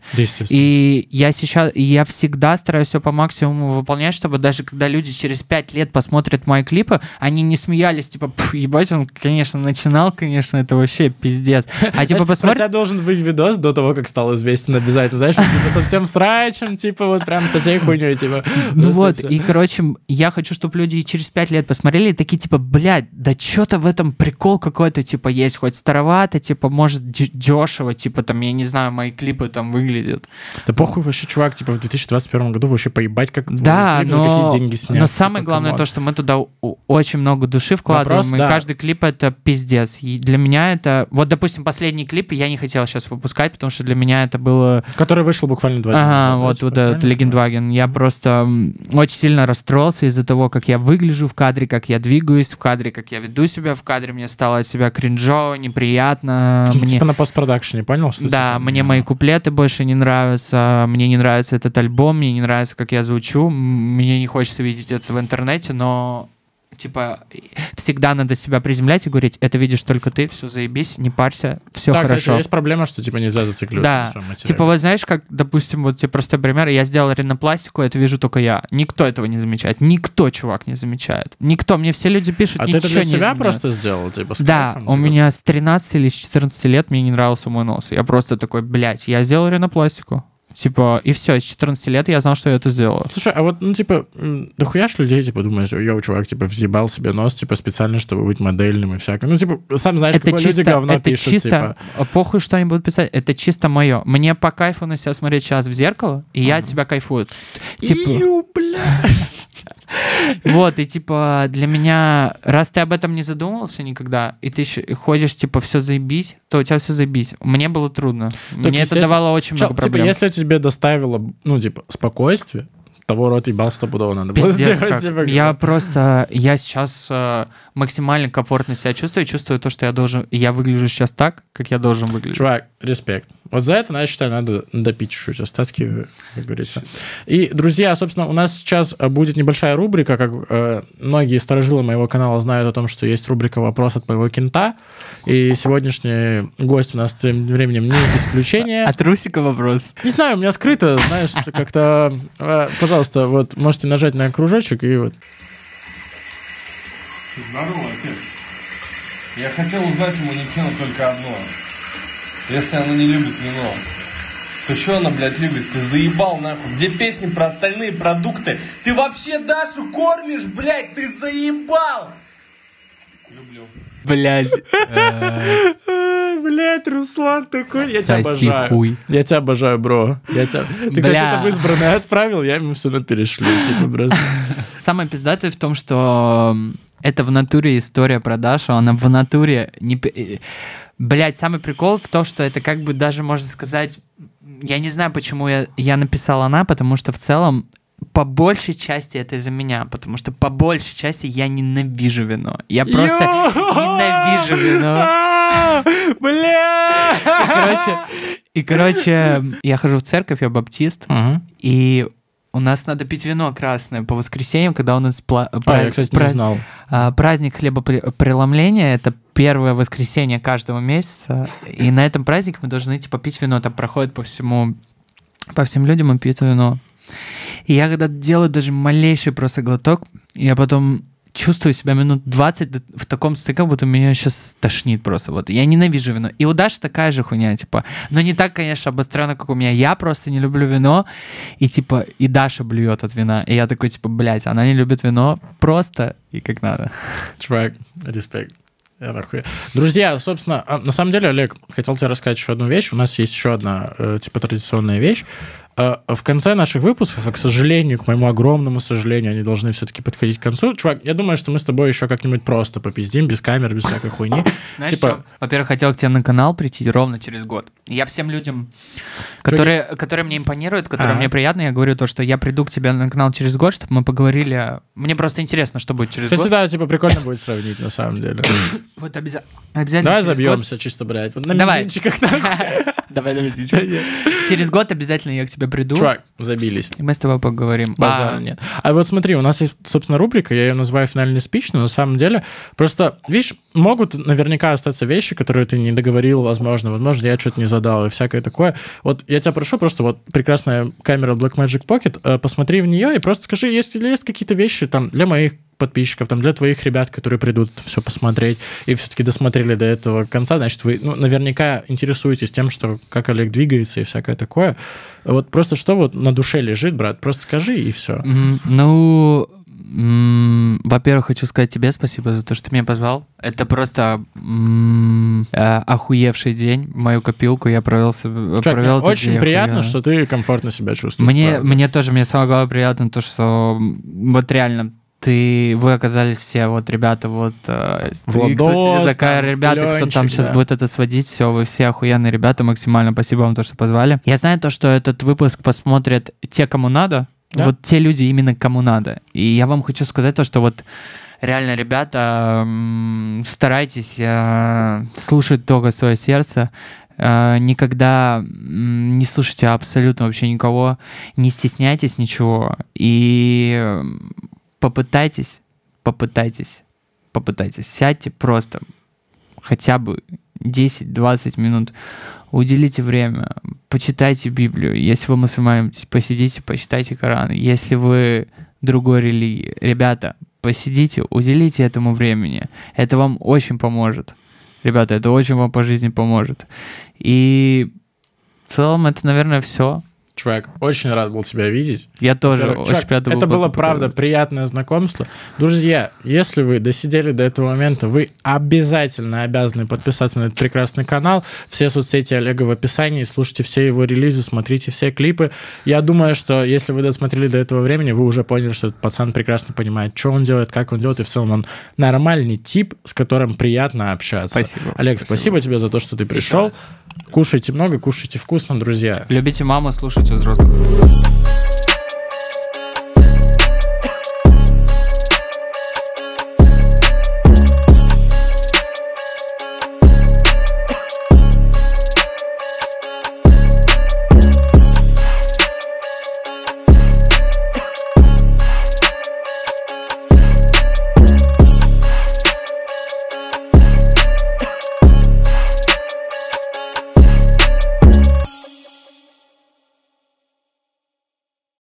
И я сейчас, я всегда стараюсь все по максимуму выполнять, чтобы даже когда люди через пять лет посмотрят мои клипы, они не смеялись, типа, ебать, он, конечно, начинал, конечно, это вообще пиздец. А типа, посмотри... У тебя должен быть видос до того, как стал известен обязательно. Знаешь, типа, совсем срачем, типа, вот прям со всей хуйней, типа... Ну вот, и, короче, я хочу, чтобы люди через пять лет посмотрели и такие, типа, блядь, да что-то в этом прикол какой-то, типа, есть, хоть старовато, типа, может, дешево, типа, там, я не знаю, мои клипы там выглядят. Да похуй вообще, чувак, типа, в две тысячи двадцать первом году вообще поебать, как да, клип, но, какие деньги снять. Но самое типа, главное камон. То, что мы туда очень много души вкладываем, Вопрос, и да. каждый клип — это пиздец. И для меня это... Вот, допустим, последний клип я не хотел сейчас выпускать, потому что для меня это было... Который вышел буквально два дня ага, назад. Ага, вот, вот этот Легендваген. Я просто... очень сильно расстроился из-за того, как я выгляжу в кадре, как я двигаюсь в кадре, как я веду себя в кадре. Мне стало от себя кринжово, неприятно. Ты, мне... Типа на постпродакшене, понял? Что да, типа... мне мои куплеты больше не нравятся, мне не нравится этот альбом, мне не нравится, как я звучу, мне не хочется видеть это в интернете, но... Типа, всегда надо себя приземлять и говорить, это видишь только ты, все, заебись, не парься, все так, хорошо. Есть проблема, что, типа, нельзя зацикливаться да. на своем материале. Типа, вот знаешь, как, допустим, вот тебе простой пример, я сделал ринопластику, это вижу только я. Никто этого не замечает. Никто, чувак, не замечает. Никто. Мне все люди пишут, а ничего не А ты это для себя изменяют. просто сделал? Типа, с да, кайфом, у типа? меня с тринадцати или с четырнадцати лет мне не нравился мой нос. Я просто такой, блядь, я сделал ринопластику. Типа, и все, с четырнадцати лет я знал, что я это сделал. Слушай, а вот, ну, типа, дохуя ж людей, типа, думаешь, йоу, чувак, типа, взъебал себе нос, типа, специально, чтобы быть модельным и всякое. Ну, типа, сам знаешь, это какое чисто, люди говно это пишут, чисто, типа... похуй, что они будут писать, это чисто мое. Мне по кайфу на себя смотреть сейчас в зеркало, и я от себя кайфую. Типа... Ию, бля! Вот, и типа для меня, раз ты об этом не задумывался никогда, и ты ходишь, типа, все заебись, то у тебя все заебись. Мне было трудно. Так, мне это давало очень Чё, много проблем. Типа, если тебе доставило, ну, типа, спокойствие, того рот ебал стопудово надо. Пиздец, как. Типа, я просто, я сейчас э, максимально комфортно себя чувствую, чувствую то, что я должен, я выгляжу сейчас так, как я должен выглядеть. Чувак, респект. Вот за это, я считаю, надо допить чуть-чуть остатки, как говорится. И, друзья, собственно, у нас сейчас будет небольшая рубрика, как э, многие старожилы моего канала знают о том, что есть рубрика «Вопрос от моего кента», и сегодняшний гость у нас тем временем не исключение. От Русика вопрос. Не знаю, у меня скрыто, знаешь, как-то... Э, пожалуйста, вот можете нажать на кружочек и вот... Здорово, отец. Я хотел узнать у манекена только одно. Если она не любит вино, то что она, блядь, любит? Ты заебал, нахуй. Где песни про остальные продукты? Ты вообще Дашу кормишь, блядь? Ты заебал! Люблю. Блядь. Блядь, Руслан такой. Я тебя обожаю. Я тебя обожаю, бро. Ты, кстати, это в избранное отправил, я ему все наперешлю. Типа, просто. Самое пиздатое в том, что это в натуре история про Дашу, она в натуре не... Блядь, самый прикол в том, что это как бы даже, можно сказать... Я не знаю, почему я, я написал она, потому что в целом по большей части это из-за меня, потому что по большей части я ненавижу вино. Я просто ненавижу вино. Бля! И, короче, я хожу в церковь, я баптист, и у нас надо пить вино красное по воскресеньям, когда у нас пла- а, пра- я, кстати, пра- не знал. а, праздник хлебопреломления. Это первое воскресенье каждого месяца. И на этом празднике мы должны типа пить вино. Там проходит по всему, по всем людям и пьют вино. И я когда делаю даже малейший просто глоток, я потом чувствую себя минут двадцать в таком состоянии, как будто меня сейчас тошнит просто. Вот. Я ненавижу вино. И у Даши такая же хуйня, типа. Но не так, конечно, обостренно, как у меня. Я просто не люблю вино. И, типа, и Даша блюет от вина. И я такой, типа, блядь, она не любит вино просто и как надо. Чувак, респект. Друзья, собственно, на самом деле, Олег, хотел тебе рассказать еще одну вещь. У нас есть еще одна, типа, традиционная вещь. А в конце наших выпусков, а, к сожалению, к моему огромному сожалению, они должны все-таки подходить к концу. Чувак, я думаю, что мы с тобой еще как-нибудь просто попиздим, без камер, без всякой хуйни. Знаешь Типа, что? Во-первых, хотел к тебе на канал прийти ровно через год. Я всем людям, которые, которые мне импонируют, которые Ага. мне приятны, я говорю то, что я приду к тебе на канал через год, чтобы мы поговорили. о- Мне просто интересно, что будет через кстати, год. да, типа прикольно будет сравнить, на самом деле. Вот обяза- обязательно. Давай через год. забьемся чисто, блядь. Вот на Давай. мизинчиках нахуй. Давай, давай, сейчас. Через год обязательно я к тебе приду, Чувак, забились. и мы с тобой поговорим. Базара А, нет. А вот смотри, у нас есть, собственно, рубрика, я ее называю «Финальный спич», но на самом деле просто, видишь, могут наверняка остаться вещи, которые ты не договорил, возможно, возможно, я что-то не задал и всякое такое. Вот я тебя прошу, просто вот прекрасная камера Blackmagic Pocket, э, посмотри в нее и просто скажи, есть ли есть какие-то вещи там для моих подписчиков, там, для твоих ребят, которые придут все посмотреть и все-таки досмотрели до этого конца, значит, вы ну, наверняка интересуетесь тем, что как Олег двигается и всякое такое. Вот просто что вот на душе лежит, брат, просто скажи и все. м, Ну, м, во-первых, хочу сказать тебе спасибо за то, что ты меня позвал. Это просто м, э, охуевший день. Мою копилку я провел, с- Чувак, провел мне этот очень день приятно, охуенно. что ты комфортно себя чувствуешь. Мне, правда. мне тоже, мне самое главное приятно то, что м, вот реально ты, вы оказались все вот ребята, вот э, ты, Владос, кто сидит за там, камерой, ребята, кто там Ленчик, сейчас да. будет это сводить, все, вы все охуенные ребята, максимально спасибо вам то, что позвали. Я знаю то, что этот выпуск посмотрят те, кому надо, Да. вот те люди именно кому надо. И я вам хочу сказать то, что вот реально, ребята, м, старайтесь э, слушать только свое сердце. Э, Никогда м, не слушайте абсолютно вообще никого, не стесняйтесь ничего и э, попытайтесь, попытайтесь, попытайтесь, сядьте просто хотя бы десять-двадцать минут, уделите время, почитайте Библию. Если вы мусульманин, посидите, почитайте Коран. Если вы другой религии, ребята, посидите, уделите этому времени. Это вам очень поможет. Ребята, это очень вам по жизни поможет. И в целом это, наверное, все. Чувак, очень рад был тебя видеть. Я тоже Во-первых, очень чувак, приятно это было было, просто правда, поговорить. приятное знакомство. Друзья, если вы досидели до этого момента, вы обязательно обязаны подписаться на этот прекрасный канал. Все соцсети Олега в описании. Слушайте все его релизы, смотрите все клипы. Я думаю, что если вы досмотрели до этого времени, вы уже поняли, что этот пацан прекрасно понимает, что он делает, как он делает, и в целом он нормальный тип, с которым приятно общаться. Спасибо. Олег, спасибо, тебе за то, что ты пришел. Кушайте много, кушайте вкусно, друзья. Любите маму, слушайте взрослых.